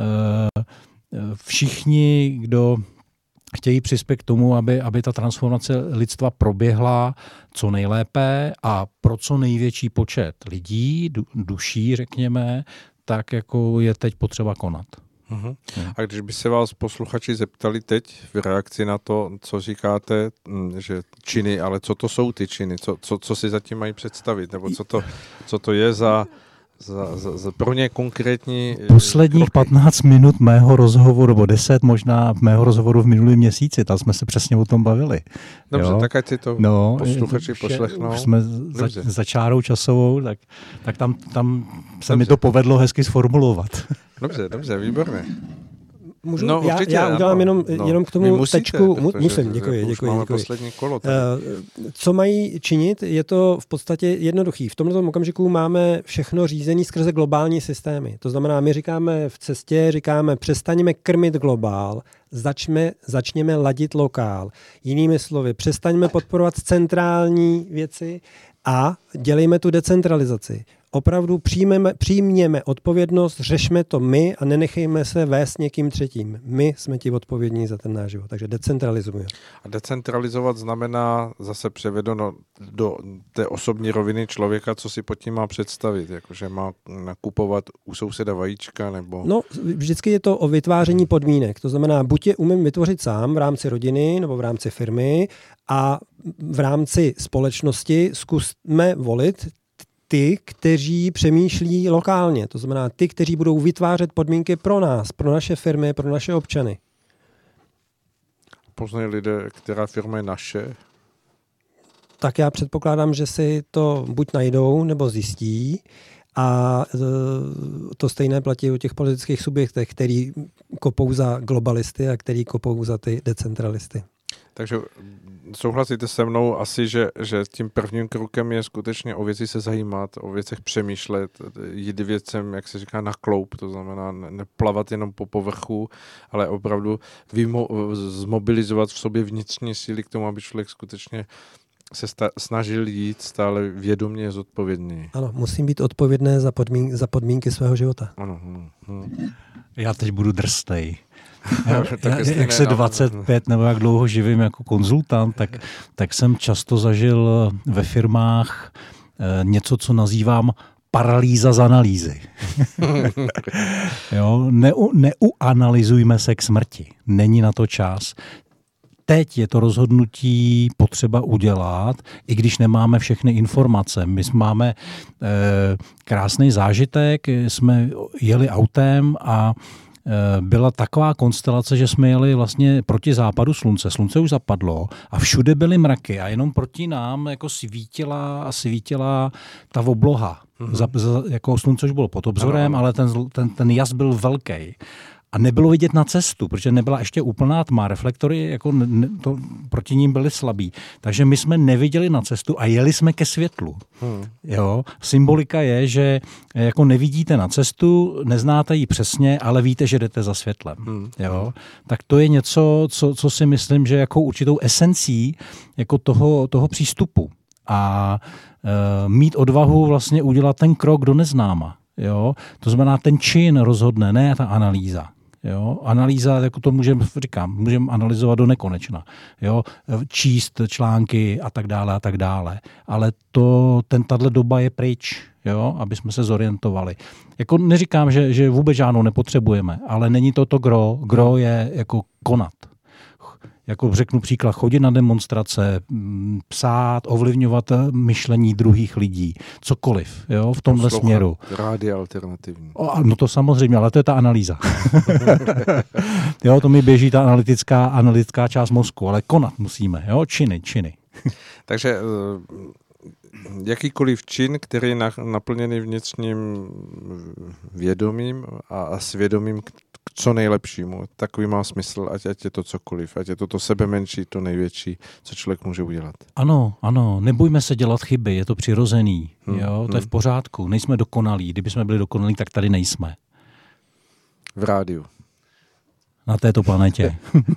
Všichni, kdo chtějí přispět k tomu, aby, aby ta transformace lidstva proběhla co nejlépe a pro co největší počet lidí, duší, řekněme, tak jako je teď potřeba konat. Uhum. A když by se vás posluchači zeptali teď v reakci na to, co říkáte, že činy, ale co to jsou ty činy, co, co, co si zatím mají představit, nebo co to, co to je za, za, za, za pro ně konkrétní posledních kroky. patnáct minut mého rozhovoru, nebo deset možná mého rozhovoru v minulém měsíci, tam jsme se přesně o tom bavili. Dobře, jo? tak ať si to no, posluchači poslechnou. Už jsme za, za čárou časovou, tak, tak tam, tam se dobře. mi to povedlo hezky sformulovat. Dobře, dobře, výborně. Můžu? No, já, určitě, já udělám jenom, no, jenom k tomu musíte, tečku. Mu, musím, děkuji. Už děkuji, máme děkuji. poslední kolo. Tady. Co mají činit, je to v podstatě jednoduchý. V tomto okamžiku máme všechno řízené skrze globální systémy. To znamená, my říkáme v cestě, říkáme, přestaňme krmit globál, začme, začněme ladit lokál. Jinými slovy, přestaňme podporovat centrální věci a dělejme tu decentralizaci. Opravdu přijmeme, přijměme odpovědnost, řešme to my a nenechejme se vést někým třetím. My jsme ti odpovědní za ten náš život, takže decentralizujeme. A decentralizovat znamená zase převedeno do té osobní roviny člověka, co si pod tím má představit, jakože má nakupovat u souseda vajíčka nebo... No, vždycky je to o vytváření podmínek. To znamená, buď je umím vytvořit sám v rámci rodiny nebo v rámci firmy a v rámci společnosti zkusme volit ty, kteří přemýšlí lokálně. To znamená ty, kteří budou vytvářet podmínky pro nás, pro naše firmy, pro naše občany. Poznají lidé, která firma je naše? Tak já předpokládám, že si to buď najdou, nebo zjistí. A to stejné platí o těch politických subjektech, který kopou za globalisty a který kopou za ty decentralisty. Takže souhlasíte se mnou asi, že, že tím prvním krokem je skutečně o věci se zajímat, o věcech přemýšlet, jít věcem, jak se říká, na kloup, to znamená neplavat jenom po povrchu, ale opravdu vymo- zmobilizovat v sobě vnitřní síly k tomu, aby člověk skutečně se sta- snažil jít stále vědomě zodpovědný. Ano, musím být odpovědné za, podmín- za podmínky svého života. Ano. Hm, hm. Já teď budu drstej. Já, já, jak se dvacet pět nebo jak dlouho živím jako konzultant, tak, tak jsem často zažil ve firmách eh, něco, co nazývám paralýza z analýzy. Jo, neu, neuanalyzujme se k smrti. Není na to čas. Teď je to rozhodnutí potřeba udělat, i když nemáme všechny informace. My máme eh, krásný zážitek, jsme jeli autem a byla taková konstelace, že jsme jeli vlastně proti západu slunce. Slunce už zapadlo a všude byly mraky a jenom proti nám jako svítila a svítila ta obloha. Mm-hmm. Za, za, jako slunce už bylo pod obzorem, ano, ano. ale ten, ten, ten jas byl velký. A nebylo vidět na cestu, protože nebyla ještě úplná tma, reflektory jako ne, to, proti ním byly slabý. Takže my jsme neviděli na cestu a jeli jsme ke světlu. Hmm. Jo? Symbolika je, že jako nevidíte na cestu, neznáte ji přesně, ale víte, že jdete za světlem. Hmm. Jo? Tak to je něco, co, co si myslím, že jako určitou esencí jako toho, toho přístupu. A e, mít odvahu vlastně udělat ten krok do neznáma. Jo? To znamená, ten čin rozhodne, ne ta analýza. Jo? Analýza, jako to můžeme, říkám, můžeme analyzovat do nekonečna. Jo? Číst články a tak dále a tak dále. Ale to, ten, tato doba je pryč, jo? Aby jsme se zorientovali. Jako neříkám, že, že vůbec žádnou nepotřebujeme, ale není to to gro. Gro je jako konat. Jako řeknu příklad, chodit na demonstrace, psát, ovlivňovat myšlení druhých lidí, cokoliv, jo, v tomhle Poslouchat směru. Rádio alternativní. O, no to samozřejmě, ale to je ta analýza. Jo, to mi běží ta analytická, analytická část mozku, ale konat musíme, jo, činy, činy. Takže jakýkoliv čin, který je naplněný vnitřním vědomím a svědomím k co nejlepšímu. Takový má smysl, ať, ať je to cokoliv, ať je to to sebe menší, to největší, co člověk může udělat. Ano, ano, nebojme se dělat chyby, je to přirozený, hmm, jo, to hmm. je v pořádku, nejsme dokonalí, kdyby jsme byli dokonalí, tak tady nejsme. V rádiu. Na této planetě.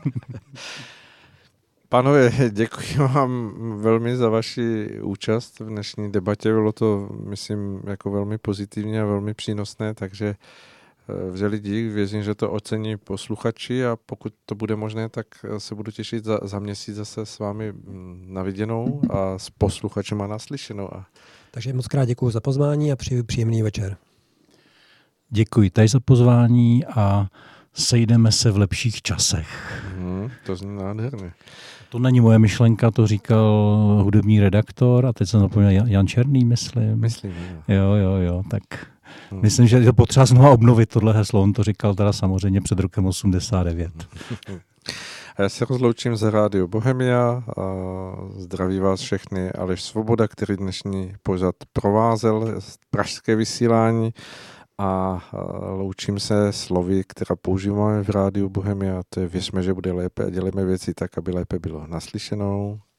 Pánové, děkuji vám velmi za vaši účast v dnešní debatě. Bylo to, myslím, jako velmi pozitivní a velmi přínosné, takže vřelý dík. Věřím, že to ocení posluchači a pokud to bude možné, tak se budu těšit za, za měsíc zase s vámi na viděnou a s posluchačem a naslyšenou. Takže moc krát děkuji za pozvání a přeji příjemný večer. Děkuji též za pozvání a sejdeme se v lepších časech. Hmm, to zní nádherně. To není moje myšlenka, to říkal hudební redaktor a teď jsem zapomněl Jan Černý, myslím. Myslím, jo. Jo, jo, jo, tak hmm. myslím, že je potřeba znovu obnovit tohle heslo. On to říkal teda samozřejmě před rokem osmdesát devět. A já se rozloučím za Rádio Bohemia a zdraví vás všechny Aleš Svoboda, který dnešní pořad provázel pražské vysílání a loučím se slovy, která používáme v Rádiu Bohemia, to je věřme, že bude lépe a dělejme věci tak, aby lépe bylo. Naslyšenou.